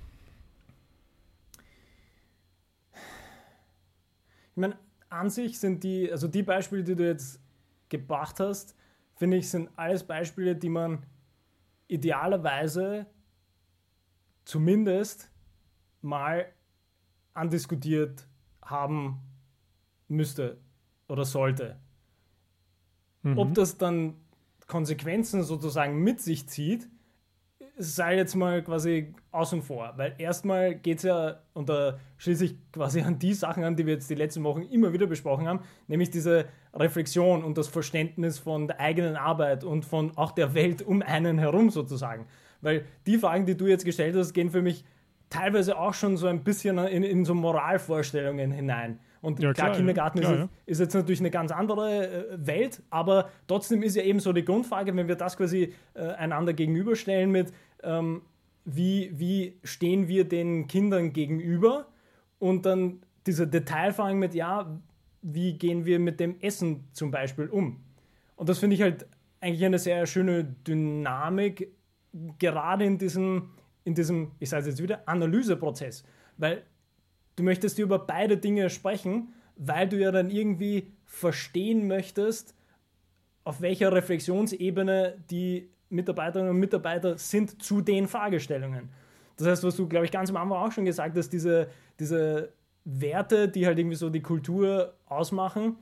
Ich meine, an sich sind die, also die Beispiele, die du jetzt gebracht hast, finde ich, sind alles Beispiele, die man idealerweise zumindest mal andiskutiert haben müsste oder sollte. Mhm. Ob das dann Konsequenzen sozusagen mit sich zieht, sei jetzt mal quasi außen vor, weil erstmal geht es ja, und da schließe ich quasi an die Sachen an, die wir jetzt die letzten Wochen immer wieder besprochen haben, nämlich diese Reflexion und das Verständnis von der eigenen Arbeit und von auch der Welt um einen herum sozusagen. Weil die Fragen, die du jetzt gestellt hast, gehen für mich teilweise auch schon so ein bisschen in, in so Moralvorstellungen hinein. Und ja, klar, klar, Kindergarten ja. Klar, ist, ja. ist jetzt natürlich eine ganz andere äh, Welt, aber trotzdem ist ja eben so die Grundfrage, wenn wir das quasi äh, einander gegenüberstellen mit, ähm, wie, wie stehen wir den Kindern gegenüber, und dann diese Detailfragen mit, ja, wie gehen wir mit dem Essen zum Beispiel um? Und das finde ich halt eigentlich eine sehr schöne Dynamik, gerade in diesem, in diesem, ich sage es jetzt wieder, Analyseprozess, weil du möchtest über beide Dinge sprechen, weil du ja dann irgendwie verstehen möchtest, auf welcher Reflexionsebene die Mitarbeiterinnen und Mitarbeiter sind zu den Fragestellungen. Das heißt, was du, glaube ich, ganz am Anfang auch schon gesagt hast, diese, diese Werte, die halt irgendwie so die Kultur ausmachen,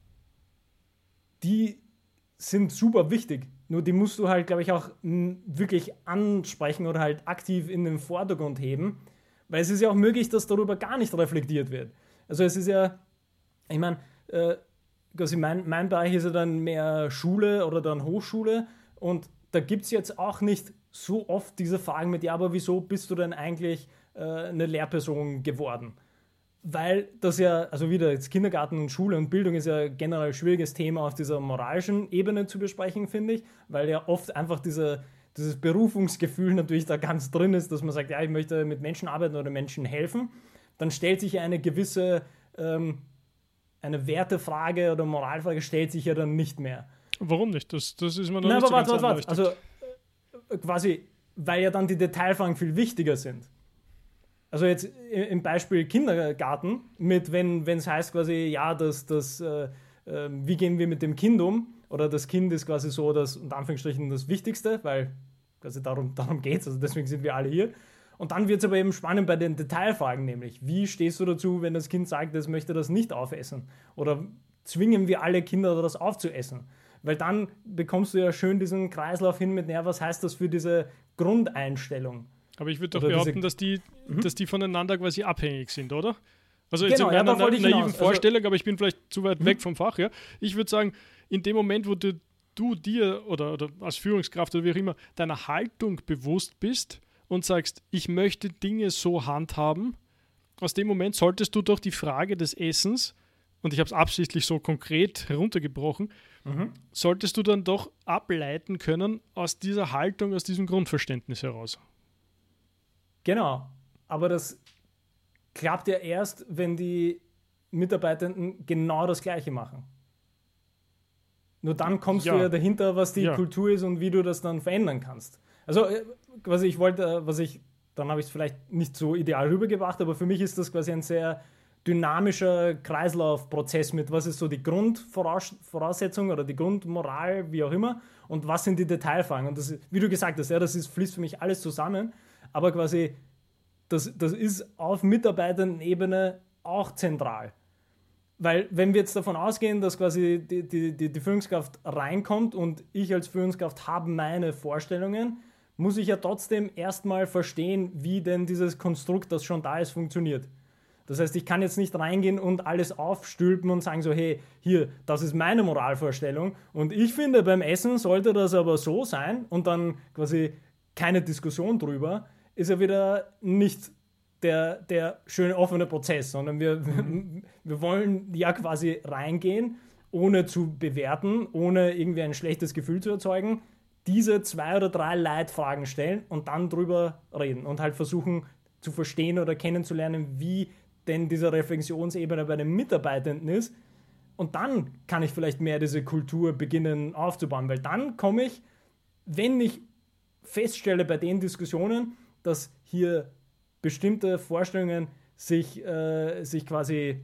die sind super wichtig. Nur die musst du halt, glaube ich, auch m, wirklich ansprechen oder halt aktiv in den Vordergrund heben, weil es ist ja auch möglich, dass darüber gar nicht reflektiert wird. Also es ist ja, ich meine, äh, quasi mein, mein Bereich ist ja dann mehr Schule oder dann Hochschule, und da gibt es jetzt auch nicht so oft diese Fragen mit, ja, aber wieso bist du denn eigentlich äh, eine Lehrperson geworden? Weil das ja, also wieder jetzt Kindergarten und Schule und Bildung ist ja generell ein schwieriges Thema auf dieser moralischen Ebene zu besprechen, finde ich, weil ja oft einfach diese, dieses Berufungsgefühl natürlich da ganz drin ist, dass man sagt, ja, ich möchte mit Menschen arbeiten oder Menschen helfen. Dann stellt sich eine gewisse, ähm, eine Wertefrage oder Moralfrage stellt sich ja dann nicht mehr. Warum nicht? Das, das ist mir noch Nein, nicht aber so warte, ganz warte, warte. Also äh, quasi, weil ja dann die Detailfragen viel wichtiger sind. Also jetzt im Beispiel Kindergarten, mit wenn es heißt quasi, ja, das, das, äh, äh, wie gehen wir mit dem Kind um? Oder das Kind ist quasi so das, unter Anführungsstrichen, das Wichtigste, weil quasi darum, darum geht es, also deswegen sind wir alle hier. Und dann wird es aber eben spannend bei den Detailfragen, nämlich, wie stehst du dazu, wenn das Kind sagt, es möchte das nicht aufessen? Oder zwingen wir alle Kinder, das aufzuessen? Weil dann bekommst du ja schön diesen Kreislauf hin mit, naja, was heißt das für diese Grundeinstellung? Aber ich würde doch oder behaupten, dass die, mhm. dass die voneinander quasi abhängig sind, oder? Also jetzt genau, in meiner ja, na- naiven hinaus. Vorstellung, also, aber ich bin vielleicht zu weit mhm. weg vom Fach. Ja? Ich würde sagen, in dem Moment, wo du, du dir oder, oder als Führungskraft oder wie auch immer deiner Haltung bewusst bist und sagst, ich möchte Dinge so handhaben, aus dem Moment solltest du doch die Frage des Essens, und ich habe es absichtlich so konkret heruntergebrochen, mhm. solltest du dann doch ableiten können aus dieser Haltung, aus diesem Grundverständnis heraus. Genau, aber das klappt ja erst, wenn die Mitarbeitenden genau das Gleiche machen. Nur dann kommst ja. du ja dahinter, was die ja. Kultur ist und wie du das dann verändern kannst. Also, was ich wollte, was ich, dann habe ich es vielleicht nicht so ideal rübergebracht, aber für mich ist das quasi ein sehr dynamischer Kreislaufprozess mit, was ist so die Grundvoraussetzung oder die Grundmoral, wie auch immer, und was sind die Detailfragen. Und das, wie du gesagt hast, ja, das ist, fließt für mich alles zusammen, aber quasi das, das ist auf Mitarbeitendenebene auch zentral. Weil wenn wir jetzt davon ausgehen, dass quasi die, die, die, die Führungskraft reinkommt und ich als Führungskraft habe meine Vorstellungen, muss ich ja trotzdem erstmal verstehen, wie denn dieses Konstrukt, das schon da ist, funktioniert. Das heißt, ich kann jetzt nicht reingehen und alles aufstülpen und sagen so, hey, hier, das ist meine Moralvorstellung und ich finde, beim Essen sollte das aber so sein und dann quasi keine Diskussion drüber, ist ja wieder nicht der, der schöne offene Prozess, sondern wir, mhm. wir, wir wollen ja quasi reingehen, ohne zu bewerten, ohne irgendwie ein schlechtes Gefühl zu erzeugen, diese zwei oder drei Leitfragen stellen und dann drüber reden und halt versuchen zu verstehen oder kennenzulernen, wie denn diese Reflexionsebene bei den Mitarbeitenden ist. Und dann kann ich vielleicht mehr diese Kultur beginnen aufzubauen, weil dann komme ich, wenn ich feststelle bei den Diskussionen, dass hier bestimmte Vorstellungen sich, äh, sich quasi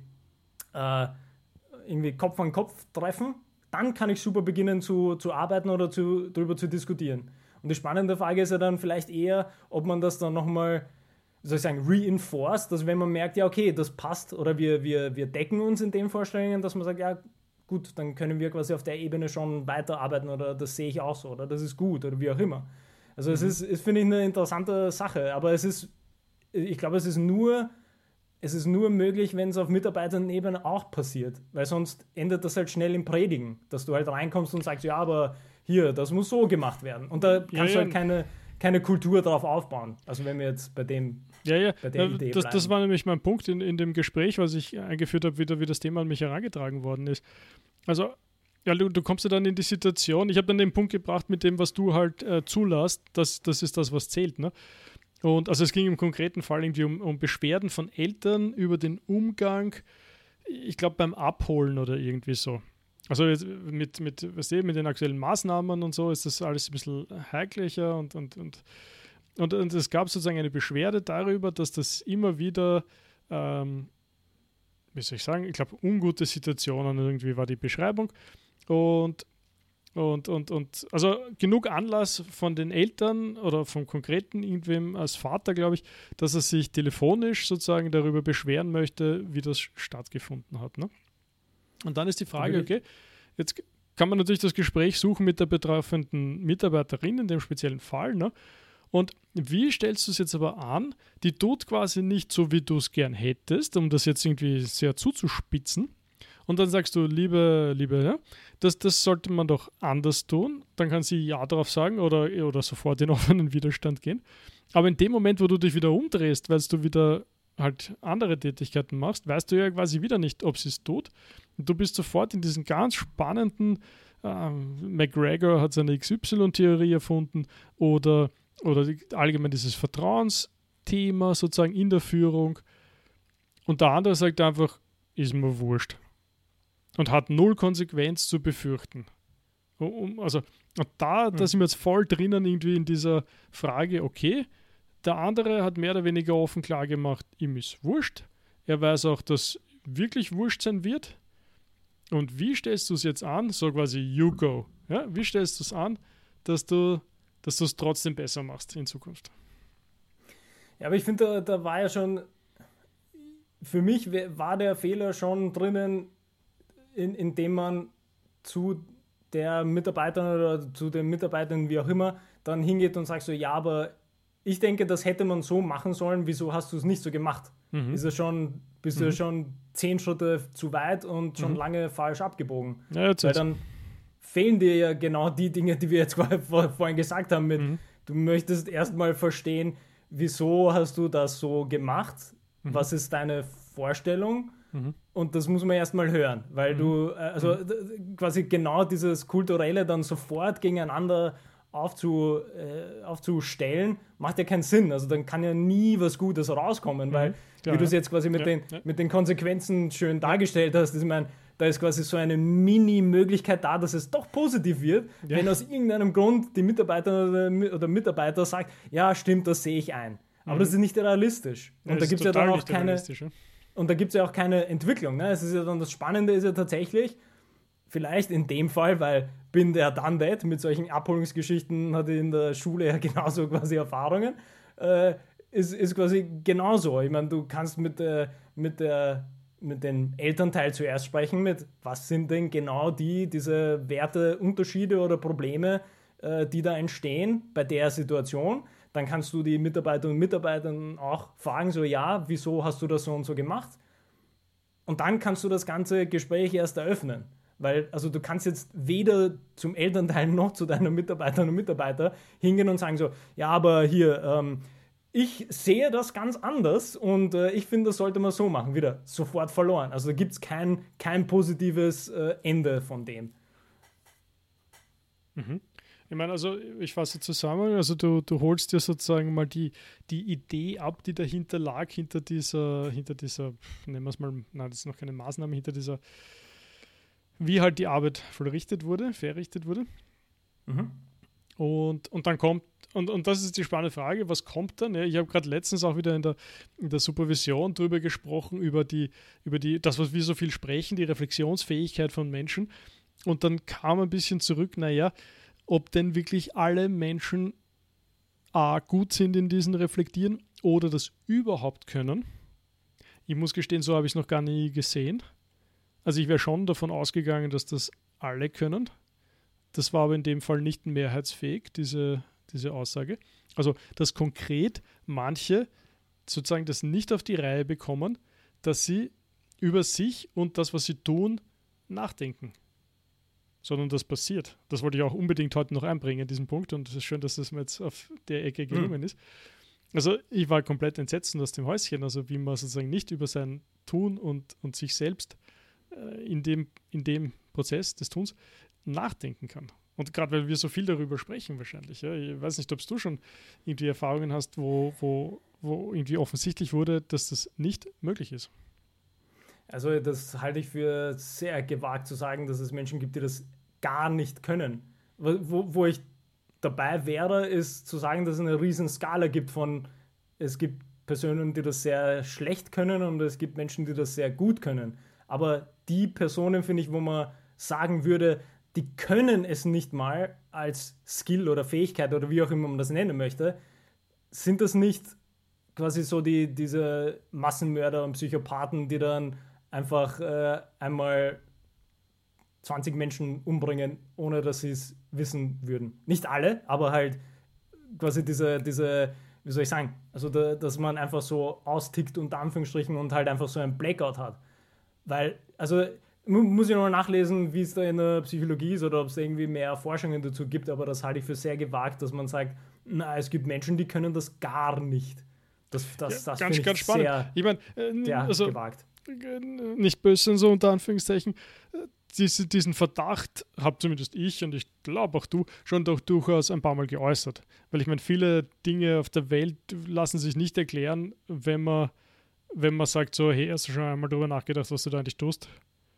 äh, irgendwie Kopf an Kopf treffen, dann kann ich super beginnen zu, zu arbeiten oder zu, darüber zu diskutieren. Und die spannende Frage ist ja dann vielleicht eher, ob man das dann nochmal, wie soll ich sagen, reinforced, dass wenn man merkt, ja okay, das passt oder wir, wir, wir decken uns in den Vorstellungen, dass man sagt, ja gut, dann können wir quasi auf der Ebene schon weiterarbeiten oder das sehe ich auch so oder das ist gut oder wie auch immer. Also mhm. es ist, ist finde ich, eine interessante Sache, aber es ist, ich glaube, es ist nur Es ist nur möglich, wenn es auf Mitarbeiterenebene auch passiert, weil sonst endet das halt schnell im Predigen, dass du halt reinkommst und sagst, ja, aber hier, das muss so gemacht werden. Und da kannst ja, ja. du halt keine, keine Kultur drauf aufbauen. Also wenn wir jetzt bei dem ja, ja. bei der ja, Idee das, bleiben. Das war nämlich mein Punkt in, in dem Gespräch, was ich eingeführt habe, wieder wie das Thema an mich herangetragen worden ist. Also ja, du, du kommst ja dann in die Situation, ich habe dann den Punkt gebracht mit dem, was du halt äh, zulässt, das, das ist das, was zählt, ne? Und also es ging im konkreten Fall irgendwie um, um Beschwerden von Eltern über den Umgang, ich glaube beim Abholen oder irgendwie so. Also jetzt mit, mit, weißt du, mit den aktuellen Maßnahmen und so ist das alles ein bisschen heiklicher und, und, und, und, und es gab sozusagen eine Beschwerde darüber, dass das immer wieder, ähm, wie soll ich sagen, ich glaube ungute Situationen irgendwie war die Beschreibung und Und, und, und also genug Anlass von den Eltern oder vom konkreten irgendwem als Vater, glaube ich, dass er sich telefonisch sozusagen darüber beschweren möchte, wie das stattgefunden hat. Ne? Und dann ist die Frage, okay, jetzt kann man natürlich das Gespräch suchen mit der betreffenden Mitarbeiterin in dem speziellen Fall. Ne? Und wie stellst du es jetzt aber an? Die tut quasi nicht so, wie du es gern hättest, um das jetzt irgendwie sehr zuzuspitzen. Und dann sagst du, liebe, liebe, ja, das, das sollte man doch anders tun. Dann kann sie ja darauf sagen oder, oder sofort in offenen Widerstand gehen. Aber in dem Moment, wo du dich wieder umdrehst, weil du wieder halt andere Tätigkeiten machst, weißt du ja quasi wieder nicht, ob sie es tut. Und du bist sofort in diesen ganz spannenden, äh, McGregor hat seine X Y-Theorie erfunden oder, oder allgemein dieses Vertrauensthema sozusagen in der Führung. Und der andere sagt einfach, ist mir wurscht. Und hat null Konsequenz zu befürchten. Also da, da sind wir jetzt voll drinnen irgendwie in dieser Frage, okay, der andere hat mehr oder weniger offen klar gemacht, ihm ist wurscht. Er weiß auch, dass wirklich wurscht sein wird. Und wie stellst du es jetzt an? So quasi, you go. Ja? Wie stellst du es an, dass du dass du es trotzdem besser machst in Zukunft? Ja, aber ich finde, da, da war ja schon, für mich war der Fehler schon drinnen, In, indem man zu der Mitarbeiterin oder zu den Mitarbeitern, wie auch immer, dann hingeht und sagt so, ja, aber ich denke, das hätte man so machen sollen, wieso hast du es nicht so gemacht? Mhm. Ist es schon, bist mhm. du schon zehn Schritte zu weit und schon mhm. lange falsch abgebogen? Ja, Weil dann fehlen dir ja genau die Dinge, die wir jetzt vor, vorhin gesagt haben mit, mhm. du möchtest erstmal verstehen, wieso hast du das so gemacht? Mhm. Was ist deine Vorstellung? Mhm. Und das muss man erstmal hören, weil mhm. du, also mhm. quasi genau dieses Kulturelle dann sofort gegeneinander aufzu, äh, aufzustellen, macht ja keinen Sinn. Also dann kann ja nie was Gutes rauskommen, mhm. weil, ja, wie du es jetzt quasi mit, ja, den, ja. mit den Konsequenzen schön dargestellt hast, ich meine, da ist quasi so eine Mini-Möglichkeit da, dass es doch positiv wird, ja. wenn aus irgendeinem Grund die Mitarbeiter oder, oder Mitarbeiter sagt, ja, stimmt, das sehe ich ein. Aber mhm. das ist nicht realistisch. Und ja, da gibt es ja dann auch keine... Ja. Und da gibt es ja auch keine Entwicklung. Ne? Es ist ja dann, das Spannende ist ja tatsächlich, vielleicht in dem Fall, weil bin der done that, mit solchen Abholungsgeschichten hatte ich in der Schule ja genauso quasi Erfahrungen, äh, ist, ist quasi genauso. Ich meine, du kannst mit, äh, mit, der, mit dem Elternteil zuerst sprechen, mit was sind denn genau die, diese Werteunterschiede oder Probleme, äh, die da entstehen bei der Situation. Dann kannst du die Mitarbeiterinnen und Mitarbeiter auch fragen, so ja, wieso hast du das so und so gemacht? Und dann kannst du das ganze Gespräch erst eröffnen. Weil, also du kannst jetzt weder zum Elternteil noch zu deinen Mitarbeiterinnen und Mitarbeitern hingehen und sagen so, ja, aber hier, ähm, ich sehe das ganz anders und äh, ich finde, das sollte man so machen. Wieder sofort verloren. Also da gibt es kein, kein positives äh, Ende von dem. Mhm. Ich meine, also ich fasse zusammen, also du, du holst dir sozusagen mal die, die Idee ab, die dahinter lag, hinter dieser, hinter dieser, nennen wir es mal, nein, das ist noch keine Maßnahme, hinter dieser, wie halt die Arbeit vollrichtet wurde, verrichtet wurde. Mhm. Und, und dann kommt, und, und das ist die spannende Frage, was kommt dann? Ja, ich habe gerade letztens auch wieder in der, in der Supervision drüber gesprochen, über die, über die, das, was wir so viel sprechen, die Reflexionsfähigkeit von Menschen. Und dann kam ein bisschen zurück, naja, ob denn wirklich alle Menschen A, gut sind in diesem Reflektieren oder das überhaupt können. Ich muss gestehen, so habe ich es noch gar nie gesehen. Also ich wäre schon davon ausgegangen, dass das alle können. Das war aber in dem Fall nicht mehrheitsfähig, diese, diese Aussage. Also, dass konkret manche sozusagen das nicht auf die Reihe bekommen, dass sie über sich und das, was sie tun, nachdenken. Sondern das passiert. Das wollte ich auch unbedingt heute noch einbringen, diesen Punkt. Und es ist schön, dass das mir jetzt auf der Ecke gelungen mhm. ist. Also, ich war komplett entsetzt aus dem Häuschen. Also, wie man sozusagen nicht über sein Tun und, und sich selbst äh, in, dem, in dem Prozess des Tuns nachdenken kann. Und gerade weil wir so viel darüber sprechen wahrscheinlich. Ja. Ich weiß nicht, ob du schon irgendwie Erfahrungen hast, wo, wo, wo irgendwie offensichtlich wurde, dass das nicht möglich ist. Also das halte ich für sehr gewagt zu sagen, dass es Menschen gibt, die das gar nicht können. Wo, wo ich dabei wäre, ist zu sagen, dass es eine riesen Skala gibt von, es gibt Personen, die das sehr schlecht können und es gibt Menschen, die das sehr gut können. Aber die Personen, finde ich, wo man sagen würde, die können es nicht mal als Skill oder Fähigkeit oder wie auch immer man das nennen möchte, sind das nicht quasi so die, diese Massenmörder und Psychopathen, die dann einfach äh, einmal zwanzig Menschen umbringen, ohne dass sie es wissen würden. Nicht alle, aber halt quasi diese, diese wie soll ich sagen, also da, dass man einfach so austickt unter Anführungsstrichen und halt einfach so ein Blackout hat. Weil, also muss ich noch mal nachlesen, wie es da in der Psychologie ist oder ob es irgendwie mehr Forschungen dazu gibt, aber das halte ich für sehr gewagt, dass man sagt, na, es gibt Menschen, die können das gar nicht. Das, das, ja, das ganz, ich ganz spannend. Sehr, ich meine, äh, also, gewagt. Nicht böse, so unter Anführungszeichen, diese, diesen Verdacht habe zumindest ich und ich glaube auch du schon doch durchaus ein paar Mal geäußert. Weil ich meine, viele Dinge auf der Welt lassen sich nicht erklären, wenn man, wenn man sagt so, hey, hast du schon einmal darüber nachgedacht, was du da eigentlich tust?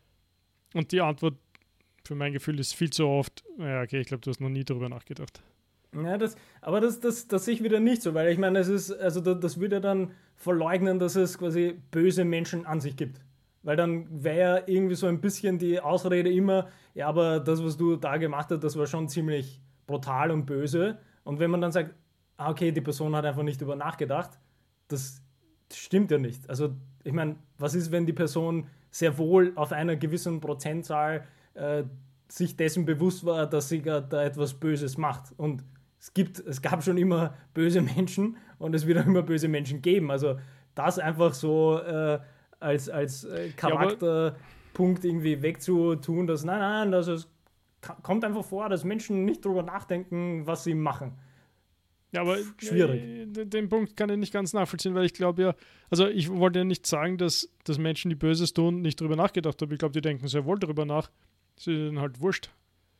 Und die Antwort für mein Gefühl ist viel zu oft, ja, okay, ich glaube, du hast noch nie darüber nachgedacht. Ja, das, aber das, das, das sehe ich wieder nicht so, weil ich meine, es ist, also das, das würde dann verleugnen, dass es quasi böse Menschen an sich gibt. Weil dann wäre irgendwie so ein bisschen die Ausrede immer, ja, aber das, was du da gemacht hast, das war schon ziemlich brutal und böse. Und wenn man dann sagt, ah, okay, die Person hat einfach nicht darüber nachgedacht, das stimmt ja nicht. Also ich meine, was ist, wenn die Person sehr wohl auf einer gewissen Prozentzahl äh, sich dessen bewusst war, dass sie da etwas Böses macht. Und es gibt, es gab schon immer böse Menschen und es wird auch immer böse Menschen geben. Also das einfach so äh, als, als äh, Charakterpunkt ja, irgendwie wegzutun, dass nein, nein, das ist, kommt einfach vor, dass Menschen nicht drüber nachdenken, was sie machen. Ja, aber schwierig. Äh, den Punkt kann ich nicht ganz nachvollziehen, weil ich glaube ja, also ich wollte ja nicht sagen, dass, dass Menschen, die Böses tun, nicht drüber nachgedacht haben. Ich glaube, die denken sehr wohl drüber nach. Sie sind halt wurscht.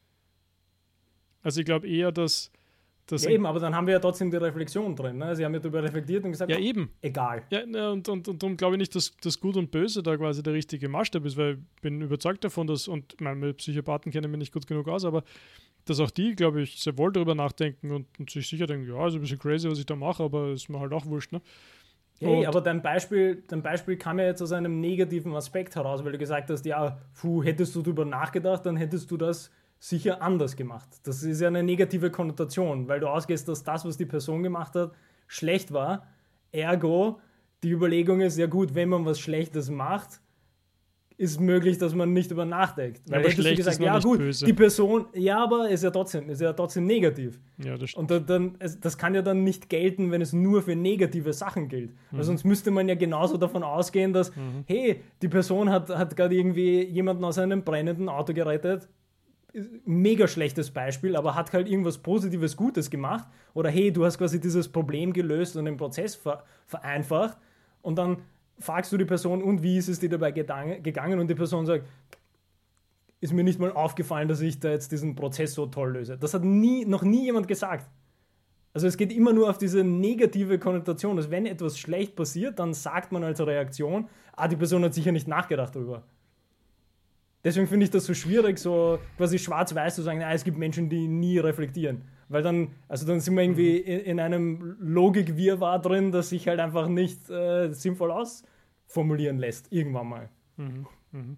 Also ich glaube eher, dass... dass ja, eben, aber dann haben wir ja trotzdem die Reflexion drin. Ne? Sie haben ja darüber reflektiert und gesagt, ja, eben. egal. Ja, und, und, und darum glaube ich nicht, dass das Gut und Böse da quasi der richtige Maßstab ist, weil ich bin überzeugt davon, dass, und ich meine, Psychopathen kennen mich nicht gut genug aus, aber dass auch die, glaube ich, sehr wohl darüber nachdenken und, und sich sicher denken, ja, ist ein bisschen crazy, was ich da mache, aber ist mir halt auch wurscht. Ne? Hey, aber dein Beispiel, dein Beispiel kam ja jetzt aus einem negativen Aspekt heraus, weil du gesagt hast, ja, puh, hättest du darüber nachgedacht, dann hättest du das sicher anders gemacht. Das ist ja eine negative Konnotation, weil du ausgehst, dass das, was die Person gemacht hat, schlecht war. Ergo, die Überlegung ist, ja gut, wenn man was Schlechtes macht, ist möglich, dass man nicht über nachdenkt. Weil ja, hättest du gesagt, ja gut, böse. Die Person, ja, aber ist ja trotzdem, ist ja trotzdem negativ. Ja, das und da, dann, es, das kann ja dann nicht gelten, wenn es nur für negative Sachen gilt. Mhm. Weil sonst müsste man ja genauso davon ausgehen, dass, mhm. hey, die Person hat, hat gerade irgendwie jemanden aus einem brennenden Auto gerettet, mega schlechtes Beispiel, aber hat halt irgendwas Positives, Gutes gemacht. Oder hey, du hast quasi dieses Problem gelöst und den Prozess ver- vereinfacht. Und dann fragst du die Person, und wie ist es dir dabei gedange- gegangen? Und die Person sagt, ist mir nicht mal aufgefallen, dass ich da jetzt diesen Prozess so toll löse. Das hat nie, noch nie jemand gesagt. Also es geht immer nur auf diese negative Konnotation, dass wenn etwas schlecht passiert, dann sagt man als Reaktion, ah, die Person hat sicher nicht nachgedacht darüber. Deswegen finde ich das so schwierig, so quasi schwarz-weiß zu sagen, ah, es gibt Menschen, die nie reflektieren. Weil dann, also dann sind wir irgendwie in, in einem Logik-Wirrwarr drin, das sich halt einfach nicht äh, sinnvoll ausformulieren lässt, irgendwann mal. Mhm. Mhm.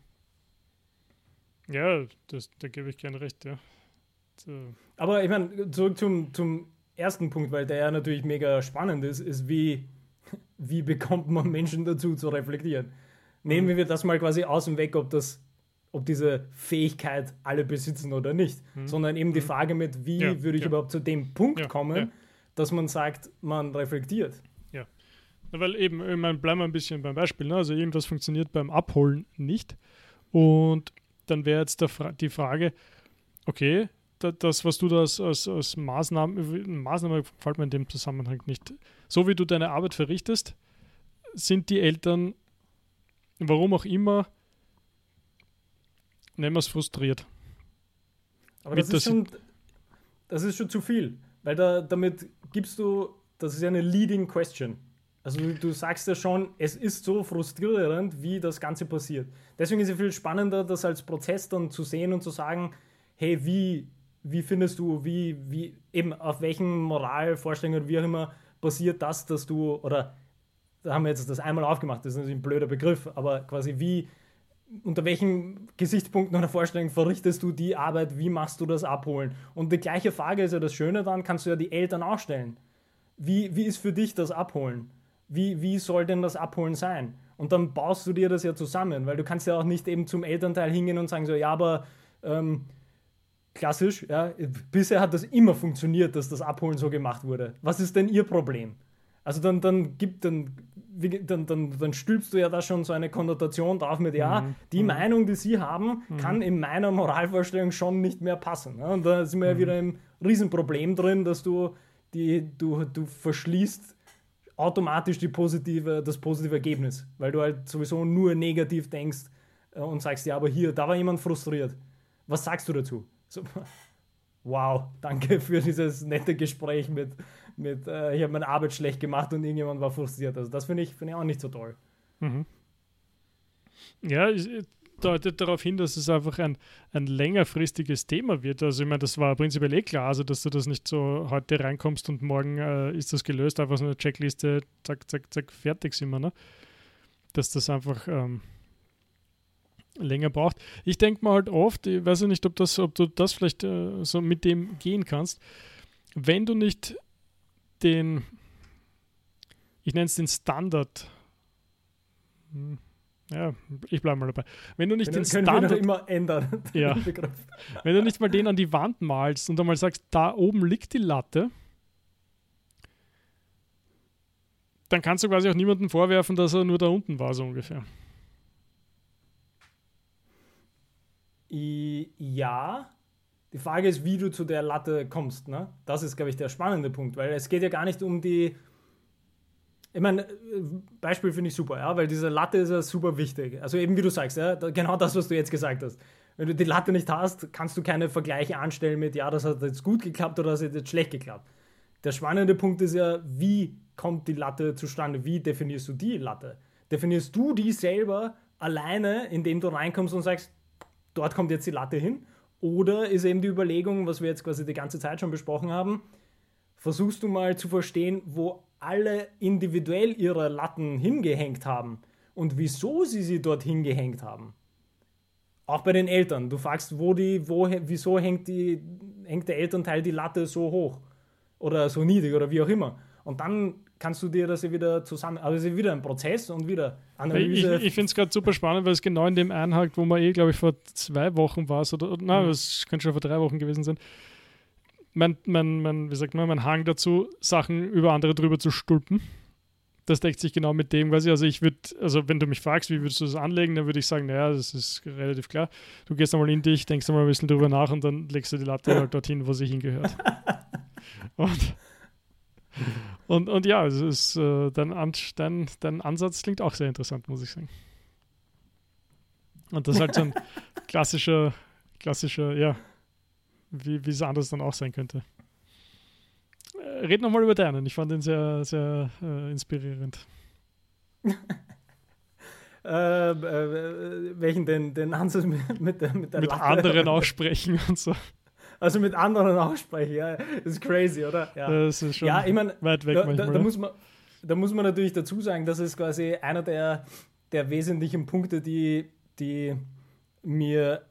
Ja, das, da gebe ich gerne recht, ja. So. Aber ich meine, zurück zum, zum ersten Punkt, weil der ja natürlich mega spannend ist, ist, wie, wie bekommt man Menschen dazu zu reflektieren? Nehmen mhm. wir das mal quasi außen weg, ob das ob diese Fähigkeit alle besitzen oder nicht, mhm. sondern eben die Frage mit, wie ja, würde ich ja. überhaupt zu dem Punkt ja, kommen, ja. dass man sagt, man reflektiert. Ja, weil eben, ich meine, bleiben wir ein bisschen beim Beispiel, ne? Also irgendwas funktioniert beim Abholen nicht und dann wäre jetzt der Fra- die Frage, okay, da, das, was du da als, als, als Maßnahme, Maßnahme gefällt mir in dem Zusammenhang nicht, so wie du deine Arbeit verrichtest, sind die Eltern, warum auch immer, nehmen wir es frustriert. Aber das ist, schon, das ist schon zu viel, weil da, damit gibst du, das ist ja eine leading question. Also du, du sagst ja schon, es ist so frustrierend, wie das Ganze passiert. Deswegen ist es viel spannender, das als Prozess dann zu sehen und zu sagen, hey, wie, wie findest du, wie, wie, eben auf welchen Moralvorstellungen, wie auch immer, basiert das, dass du, oder da haben wir jetzt das einmal aufgemacht, das ist natürlich ein blöder Begriff, aber quasi wie, unter welchen Gesichtspunkten oder Vorstellungen verrichtest du die Arbeit, wie machst du das Abholen? Und die gleiche Frage ist ja das Schöne dann, kannst du ja die Eltern auch stellen. Wie, wie ist für dich das Abholen? Wie, wie soll denn das Abholen sein? Und dann baust du dir das ja zusammen, weil du kannst ja auch nicht eben zum Elternteil hingehen und sagen so, ja, aber ähm, klassisch, ja, bisher hat das immer funktioniert, dass das Abholen so gemacht wurde. Was ist denn ihr Problem? Also dann, dann gibt dann, dann, dann, dann stülpst du ja da schon so eine Konnotation drauf mit, ja, mhm. die mhm. Meinung, die sie haben, mhm. kann in meiner Moralvorstellung schon nicht mehr passen. Ja? Und da sind wir mhm. ja wieder im Riesenproblem drin, dass du, die, du, du verschließt automatisch die positive, das positive Ergebnis, weil du halt sowieso nur negativ denkst äh, und sagst, ja, aber hier, da war jemand frustriert. Was sagst du dazu? So, wow, danke für dieses nette Gespräch mit, mit äh, ich habe meine Arbeit schlecht gemacht und irgendjemand war frustriert. Also das finde ich, find ich auch nicht so toll. Mhm. Ja, es deutet darauf hin, dass es einfach ein, ein längerfristiges Thema wird. Also ich meine, das war prinzipiell eh klar, also dass du das nicht so heute reinkommst und morgen äh, ist das gelöst, einfach so eine Checkliste, zack, zack, zack, fertig sind wir, ne? Dass das einfach ähm, länger braucht. Ich denke mal halt oft, ich weiß ja nicht, ob, das, ob du das vielleicht äh, so mit dem gehen kannst, wenn du nicht den, ich nenne es den Standard, hm, ja, ich bleibe mal dabei. Wenn du nicht können, den können Standard wir immer ändern. Ja. Wenn du nicht mal den an die Wand malst und einmal sagst, da oben liegt die Latte, dann kannst du quasi auch niemandem vorwerfen, dass er nur da unten war, so ungefähr. Ja, die Frage ist, wie du zu der Latte kommst. Ne? Das ist, glaube ich, der spannende Punkt, weil es geht ja gar nicht um die. Ich meine, Beispiel finde ich super, ja, weil diese Latte ist ja super wichtig. Also eben wie du sagst, ja, genau das, was du jetzt gesagt hast. Wenn du die Latte nicht hast, kannst du keine Vergleiche anstellen mit, ja, das hat jetzt gut geklappt oder das hat jetzt schlecht geklappt. Der spannende Punkt ist ja, wie kommt die Latte zustande? Wie definierst du die Latte? Definierst du die selber alleine, indem du reinkommst und sagst, dort kommt jetzt die Latte hin? Oder ist eben die Überlegung, was wir jetzt quasi die ganze Zeit schon besprochen haben, versuchst du mal zu verstehen, wo alle individuell ihre Latten hingehängt haben und wieso sie sie dort hingehängt haben. Auch bei den Eltern. Du fragst, wo die, wo, wieso hängt, die, hängt der Elternteil die Latte so hoch oder so niedrig oder wie auch immer. Und dann kannst du dir das ja wieder zusammen, also es ist wieder ein Prozess und wieder Analyse. Ich, ich finde es gerade super spannend, weil es genau in dem einhakt, wo man eh, glaube ich, vor zwei Wochen war es, oder, oder nein, es könnte schon vor drei Wochen gewesen sein. Mein, mein, mein, wie sagt man, mein Hang dazu, Sachen über andere drüber zu stülpen. das deckt sich genau mit dem quasi. Also ich würde, also wenn du mich fragst, wie würdest du das anlegen, dann würde ich sagen, naja, das ist relativ klar. Du gehst einmal in dich, denkst einmal ein bisschen drüber nach und dann legst du die Latte halt dorthin, wo sie hingehört. und, und, und ja, es ist, äh, dein, An- dein, dein Ansatz klingt auch sehr interessant, muss ich sagen. Und das ist halt so ein klassischer, klassischer, ja, wie, wie es anders dann auch sein könnte. Äh, red nochmal über deinen. Ich fand den sehr, sehr äh, inspirierend. äh, äh, welchen denn? Den Ansatz mit, mit der, mit der Mit Latte? anderen aussprechen und so. Also mit anderen aussprechen, ja. Das ist crazy, oder? Ja, das ist schon ja, ich mein, weit weg da, manchmal. Da, da, muss man, da muss man natürlich dazu sagen, das ist quasi einer der, der wesentlichen Punkte, die, die mir,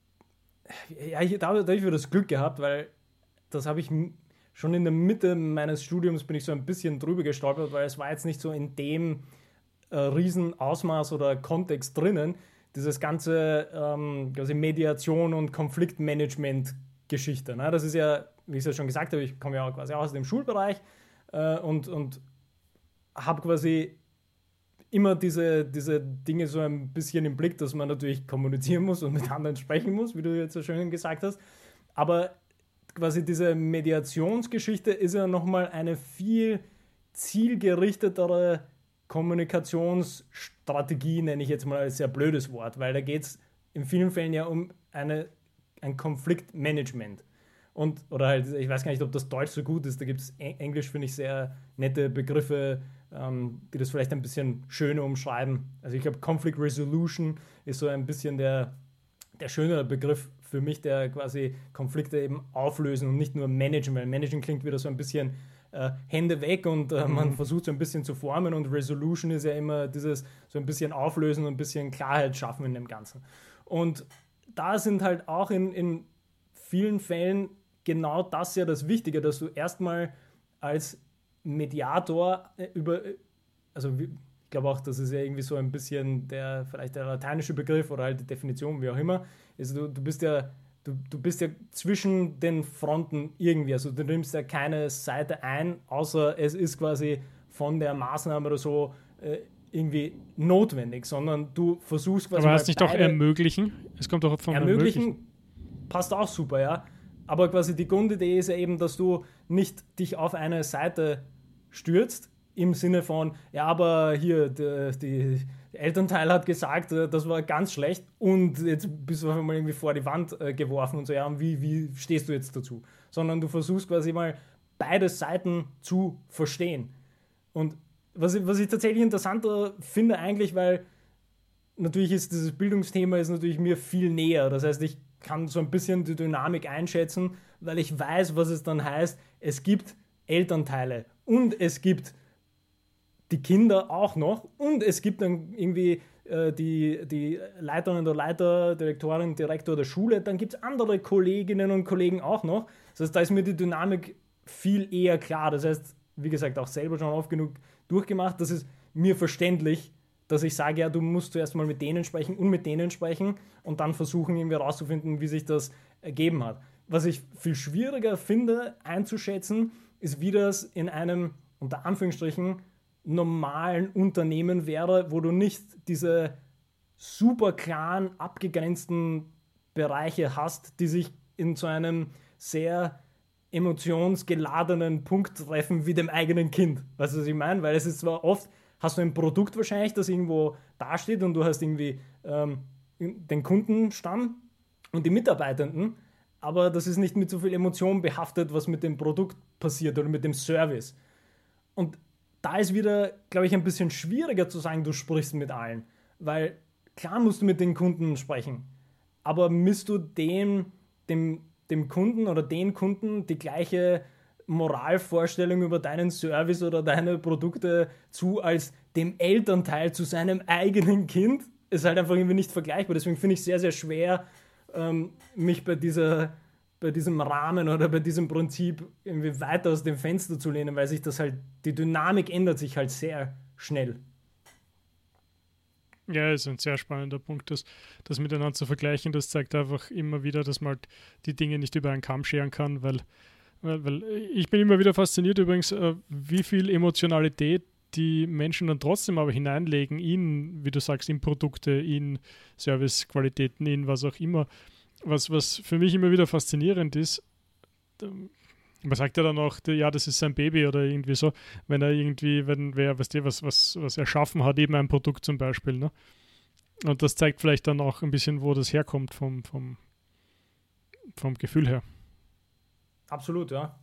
ja, ich, da, da habe ich wieder das Glück gehabt, weil das habe ich schon in der Mitte meines Studiums bin ich so ein bisschen drüber gestolpert, weil es war jetzt nicht so in dem äh, riesen Ausmaß oder Kontext drinnen, dieses ganze ähm, quasi Mediation und Konfliktmanagement-Geschichte. Ne? Das ist ja, wie ich es ja schon gesagt habe, ich komme ja auch quasi aus dem Schulbereich äh, und, und habe quasi immer diese, diese Dinge so ein bisschen im Blick, dass man natürlich kommunizieren muss und mit anderen sprechen muss, wie du jetzt so schön gesagt hast. Aber quasi diese Mediationsgeschichte ist ja nochmal eine viel zielgerichtetere Kommunikationsstrategie, nenne ich jetzt mal als sehr blödes Wort, weil da geht es in vielen Fällen ja um eine, ein Konfliktmanagement. Und, oder halt, ich weiß gar nicht, ob das Deutsch so gut ist, da gibt es Englisch, finde ich, sehr nette Begriffe, ähm, die das vielleicht ein bisschen schöner umschreiben. Also ich glaube, Conflict Resolution ist so ein bisschen der, der schönere Begriff für mich, der quasi Konflikte eben auflösen und nicht nur managen, weil managen klingt wieder so ein bisschen äh, Hände weg und äh, man mhm. versucht so ein bisschen zu formen und Resolution ist ja immer dieses so ein bisschen auflösen und ein bisschen Klarheit schaffen in dem Ganzen. Und da sind halt auch in, in vielen Fällen genau das ja das Wichtige, dass du erstmal als Mediator über, also ich glaube auch, das ist ja irgendwie so ein bisschen der, vielleicht der lateinische Begriff oder halt die Definition, wie auch immer, also du, du bist ja, du, du bist ja zwischen den Fronten irgendwie, also du nimmst ja keine Seite ein, außer es ist quasi von der Maßnahme oder so äh, irgendwie notwendig, sondern du versuchst quasi. Aber heißt nicht doch ermöglichen? Es kommt doch von ermöglichen. Ermöglichen. Passt auch super, ja. Aber quasi die Grundidee ist ja eben, dass du nicht dich auf eine Seite stürzt, im Sinne von, ja, aber hier, die, die, der Elternteil hat gesagt, das war ganz schlecht und jetzt bist du einfach mal irgendwie vor die Wand äh, geworfen und so, ja, und wie, wie stehst du jetzt dazu? Sondern du versuchst quasi mal beide Seiten zu verstehen. Und was ich, was ich tatsächlich interessanter finde eigentlich, weil natürlich ist dieses Bildungsthema ist natürlich mir viel näher. Das heißt, ich kann so ein bisschen die Dynamik einschätzen, weil ich weiß, was es dann heißt. Es gibt Elternteile und es gibt die Kinder auch noch und es gibt dann irgendwie äh, die, die Leiterin oder Leiter, Direktorin, Direktor der Schule, dann gibt es andere Kolleginnen und Kollegen auch noch. Das heißt, da ist mir die Dynamik viel eher klar. Das heißt, wie gesagt, auch selber schon oft genug durchgemacht, das ist mir verständlich, dass ich sage, ja, du musst zuerst mal mit denen sprechen und mit denen sprechen und dann versuchen, irgendwie herauszufinden, wie sich das ergeben hat. Was ich viel schwieriger finde, einzuschätzen, ist, wie das in einem, unter Anführungsstrichen, normalen Unternehmen wäre, wo du nicht diese super klaren, abgegrenzten Bereiche hast, die sich in so einem sehr emotionsgeladenen Punkt treffen wie dem eigenen Kind. Weißt du, was ich meine? Weil es ist zwar oft, hast du ein Produkt wahrscheinlich, das irgendwo dasteht und du hast irgendwie ähm, den Kundenstamm und die Mitarbeitenden, aber das ist nicht mit so viel Emotion behaftet, was mit dem Produkt passiert oder mit dem Service. Und da ist wieder, glaube ich, ein bisschen schwieriger zu sagen, du sprichst mit allen, weil klar musst du mit den Kunden sprechen, aber misst du dem, dem, dem Kunden oder den Kunden die gleiche Moralvorstellung über deinen Service oder deine Produkte zu als dem Elternteil zu seinem eigenen Kind, ist halt einfach irgendwie nicht vergleichbar. Deswegen finde ich es sehr, sehr schwer, ähm, mich bei dieser, bei diesem Rahmen oder bei diesem Prinzip irgendwie weiter aus dem Fenster zu lehnen, weil sich das halt, die Dynamik ändert sich halt sehr schnell. Ja, ist ein sehr spannender Punkt, das, das miteinander zu vergleichen. Das zeigt einfach immer wieder, dass man halt die Dinge nicht über einen Kamm scheren kann, weil Weil, weil ich bin immer wieder fasziniert übrigens, äh, wie viel Emotionalität die Menschen dann trotzdem aber hineinlegen in, wie du sagst, in Produkte, in Servicequalitäten, in was auch immer. Was, was für mich immer wieder faszinierend ist, man sagt ja dann auch, ja, das ist sein Baby oder irgendwie so, wenn er irgendwie, wenn wer, weißt du, was, was, was erschaffen hat, eben ein Produkt zum Beispiel, ne? Und das zeigt vielleicht dann auch ein bisschen, wo das herkommt vom, vom, vom Gefühl her. Absolut, ja.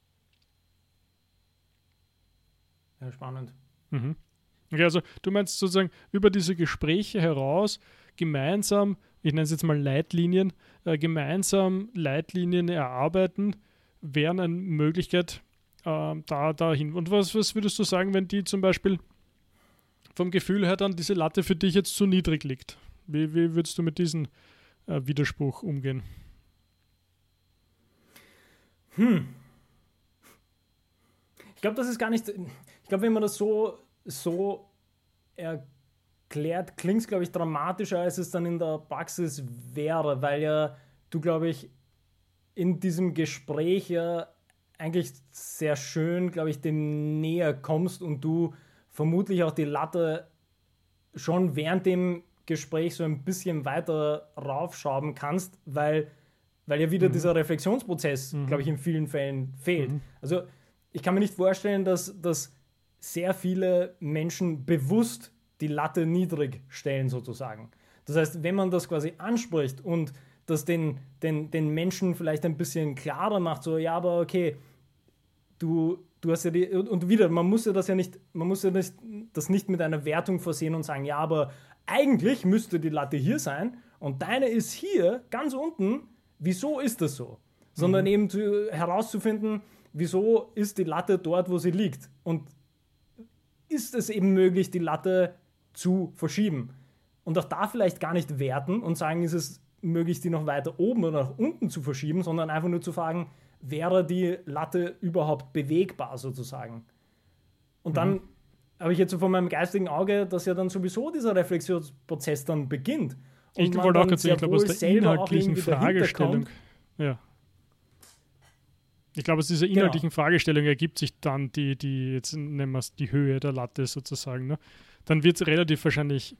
Ja, spannend. Mhm. Okay, also du meinst sozusagen über diese Gespräche heraus gemeinsam, ich nenne es jetzt mal Leitlinien, äh, gemeinsam Leitlinien erarbeiten, wären eine Möglichkeit äh, da dahin. Und was, was würdest du sagen, wenn die zum Beispiel vom Gefühl her dann diese Latte für dich jetzt zu niedrig liegt? Wie, wie würdest du mit diesem äh, Widerspruch umgehen? Hm. Ich glaube, das ist gar nicht, ich glaube, wenn man das so, so erklärt, klingt es, glaube ich, dramatischer, als es dann in der Praxis wäre, weil ja du, glaube ich, in diesem Gespräch ja eigentlich sehr schön, glaube ich, dem näher kommst und du vermutlich auch die Latte schon während dem Gespräch so ein bisschen weiter raufschrauben kannst, weil, weil ja wieder mhm. dieser Reflexionsprozess, mhm. glaube ich, in vielen Fällen fehlt. Mhm. Also ich kann mir nicht vorstellen, dass, dass sehr viele Menschen bewusst die Latte niedrig stellen sozusagen. Das heißt, wenn man das quasi anspricht und das den, den, den Menschen vielleicht ein bisschen klarer macht, so, ja, aber okay, du, du hast ja die, und wieder, man muss ja das ja nicht, man muss ja nicht, das nicht mit einer Wertung versehen und sagen, ja, aber eigentlich müsste die Latte hier sein und deine ist hier, ganz unten, wieso ist das so? Sondern mhm. eben zu, herauszufinden, wieso ist die Latte dort, wo sie liegt? Und ist es eben möglich, die Latte zu verschieben? Und auch da vielleicht gar nicht werten und sagen, ist es möglich, die noch weiter oben oder nach unten zu verschieben, sondern einfach nur zu fragen, wäre die Latte überhaupt bewegbar sozusagen? Und mhm. dann habe ich jetzt so von meinem geistigen Auge, dass ja dann sowieso dieser Reflexionsprozess dann beginnt. Und ich wollte auch jetzt, ich glaube, aus der inhaltlichen Fragestellung, ja. Ich glaube, aus dieser inhaltlichen genau. Fragestellung ergibt sich dann die, die jetzt nennen wir es die Höhe der Latte sozusagen. Ne? Dann wird es relativ wahrscheinlich,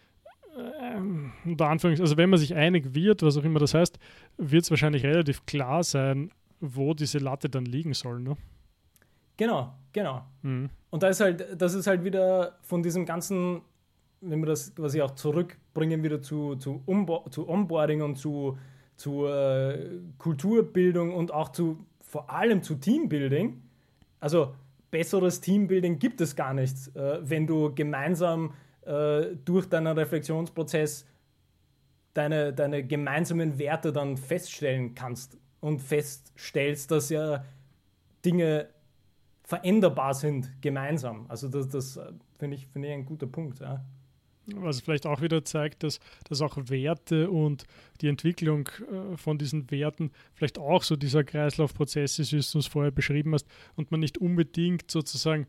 ähm, unter Anführungs-, also wenn man sich einig wird, was auch immer das heißt, wird es wahrscheinlich relativ klar sein, wo diese Latte dann liegen soll. Ne? Genau, genau. Mhm. Und da ist halt, das ist halt wieder von diesem ganzen, wenn wir das quasi auch zurückbringen, wieder zu, zu, Umbo- zu Onboarding und zu, zu äh, Kulturbildung und auch zu vor allem zu Teambuilding. Also besseres Teambuilding gibt es gar nicht, äh, wenn du gemeinsam äh, durch deinen Reflexionsprozess deine, deine gemeinsamen Werte dann feststellen kannst und feststellst, dass ja Dinge veränderbar sind gemeinsam. Also das, das finde ich, find ich ein guter Punkt. Ja. Was vielleicht auch wieder zeigt, dass, dass auch Werte und die Entwicklung äh, von diesen Werten vielleicht auch so dieser Kreislaufprozess ist, wie du es vorher beschrieben hast, und man nicht unbedingt sozusagen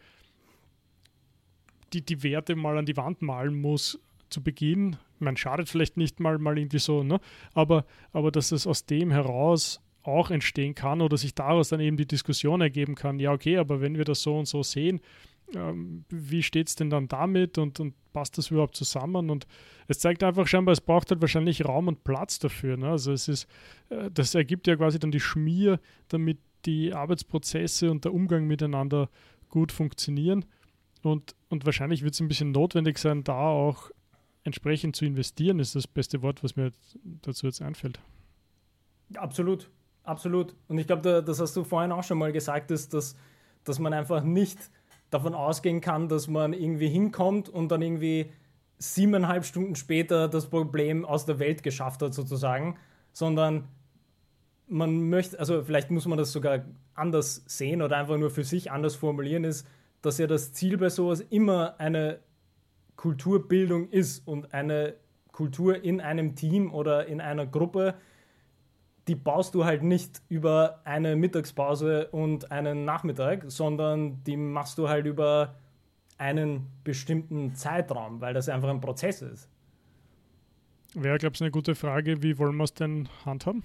die, die Werte mal an die Wand malen muss zu Beginn. Man schadet vielleicht nicht mal, mal irgendwie so, ne? aber, aber dass es aus dem heraus auch entstehen kann oder sich daraus dann eben die Diskussion ergeben kann, ja okay, aber wenn wir das so und so sehen, ähm, wie steht es denn dann damit und, und passt das überhaupt zusammen? Und es zeigt einfach scheinbar, es braucht halt wahrscheinlich Raum und Platz dafür. Ne? Also es ist, äh, das ergibt ja quasi dann die Schmier, damit die Arbeitsprozesse und der Umgang miteinander gut funktionieren. Und, und wahrscheinlich wird es ein bisschen notwendig sein, da auch entsprechend zu investieren, ist das beste Wort, was mir dazu jetzt einfällt. Absolut, absolut. Und ich glaube, da, das hast du vorhin auch schon mal gesagt, ist, dass, dass man einfach nicht davon ausgehen kann, dass man irgendwie hinkommt und dann irgendwie siebeneinhalb Stunden später das Problem aus der Welt geschafft hat sozusagen, sondern man möchte, also vielleicht muss man das sogar anders sehen oder einfach nur für sich anders formulieren, ist, dass ja das Ziel bei sowas immer eine Kulturbildung ist und eine Kultur in einem Team oder in einer Gruppe, die baust du halt nicht über eine Mittagspause und einen Nachmittag, sondern die machst du halt über einen bestimmten Zeitraum, weil das einfach ein Prozess ist. Wäre, glaube ich, eine gute Frage. Wie wollen wir es denn handhaben?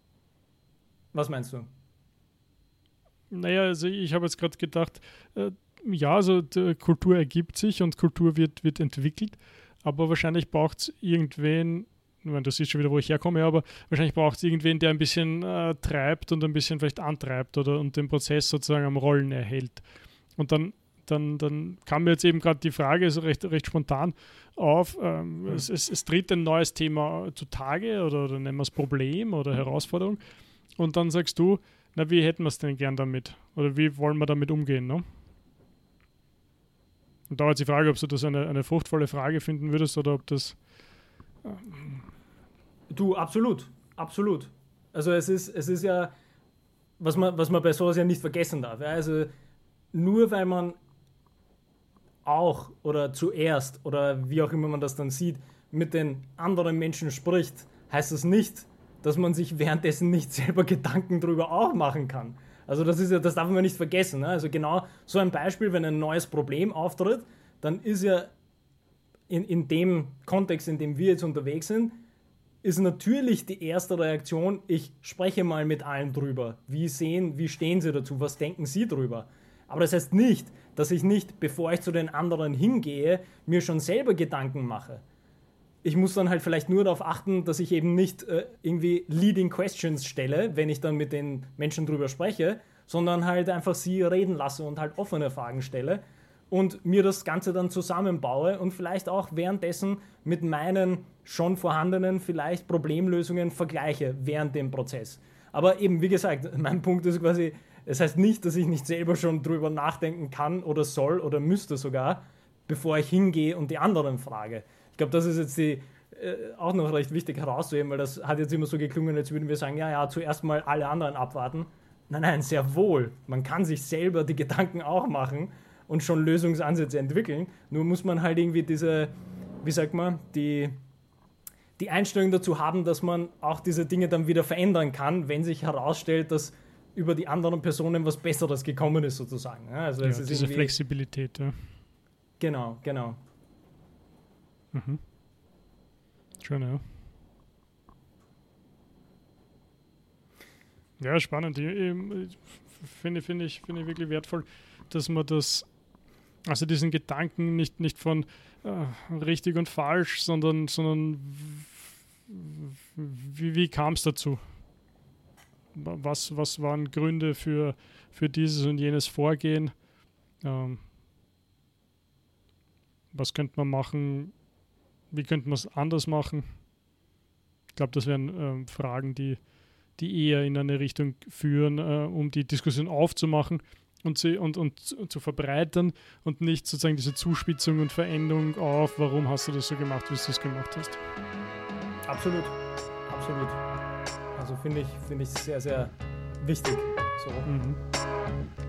Was meinst du? Naja, also ich habe jetzt gerade gedacht, ja, also Kultur ergibt sich und Kultur wird, wird entwickelt, aber wahrscheinlich braucht es irgendwen, ich meine, das ist schon wieder, wo ich herkomme, aber wahrscheinlich braucht es irgendwen, der ein bisschen äh, treibt und ein bisschen vielleicht antreibt oder und den Prozess sozusagen am Rollen erhält. Und dann, dann, dann kam mir jetzt eben gerade die Frage, so recht, recht spontan auf, ähm, mhm. es, es, es tritt ein neues Thema zutage oder, oder nennen wir es Problem oder Herausforderung und dann sagst du, na, wie hätten wir es denn gern damit? Oder wie wollen wir damit umgehen, ne? Und da war jetzt die Frage, ob du das eine, eine fruchtvolle Frage finden würdest oder ob das... Ähm du, absolut. Absolut. Also es ist, es ist ja, was man, was man bei sowas ja nicht vergessen darf. Ja? Also nur weil man auch oder zuerst oder wie auch immer man das dann sieht, mit den anderen Menschen spricht, heißt das nicht, dass man sich währenddessen nicht selber Gedanken drüber auch machen kann. Also das ist ja, das darf man nicht vergessen. Ne? Also genau so ein Beispiel, wenn ein neues Problem auftritt, dann ist ja in, in dem Kontext, in dem wir jetzt unterwegs sind, ist natürlich die erste Reaktion, ich spreche mal mit allen drüber. Wie sehen, wie stehen sie dazu, was denken sie drüber? Aber das heißt nicht, dass ich nicht, bevor ich zu den anderen hingehe, mir schon selber Gedanken mache. Ich muss dann halt vielleicht nur darauf achten, dass ich eben nicht äh, irgendwie Leading Questions stelle, wenn ich dann mit den Menschen drüber spreche, sondern halt einfach sie reden lasse und halt offene Fragen stelle und mir das Ganze dann zusammenbaue und vielleicht auch währenddessen mit meinen schon vorhandenen vielleicht Problemlösungen vergleiche während dem Prozess. Aber eben, wie gesagt, mein Punkt ist quasi, es heißt nicht, dass ich nicht selber schon drüber nachdenken kann oder soll oder müsste sogar, bevor ich hingehe und die anderen frage. Ich glaube, das ist jetzt die, äh, auch noch recht wichtig herauszuheben, weil das hat jetzt immer so geklungen, als würden wir sagen, ja, ja, zuerst mal alle anderen abwarten. Nein, nein, sehr wohl. Man kann sich selber die Gedanken auch machen und schon Lösungsansätze entwickeln. Nur muss man halt irgendwie diese, wie sagt man, die, die Einstellung dazu haben, dass man auch diese Dinge dann wieder verändern kann, wenn sich herausstellt, dass über die anderen Personen was Besseres gekommen ist, sozusagen. Ja, also ja, es ist diese Flexibilität, ja. Genau, genau. Mhm. Schön, ja. Ja, spannend. Finde find ich, find ich wirklich wertvoll, dass man das, also diesen Gedanken nicht, nicht von äh, richtig und falsch, sondern, sondern wie, wie kam es dazu? Was, was waren Gründe für, für dieses und jenes Vorgehen? Ähm, was könnte man machen? Wie könnte man es anders machen? Ich glaube, das wären ähm, Fragen, die, die eher in eine Richtung führen, äh, um die Diskussion aufzumachen und, sie, und, und zu verbreitern und nicht sozusagen diese Zuspitzung und Veränderung auf, warum hast du das so gemacht, wie du es gemacht hast. Absolut, absolut. Also finde ich, find ich sehr, sehr wichtig. So. Mhm.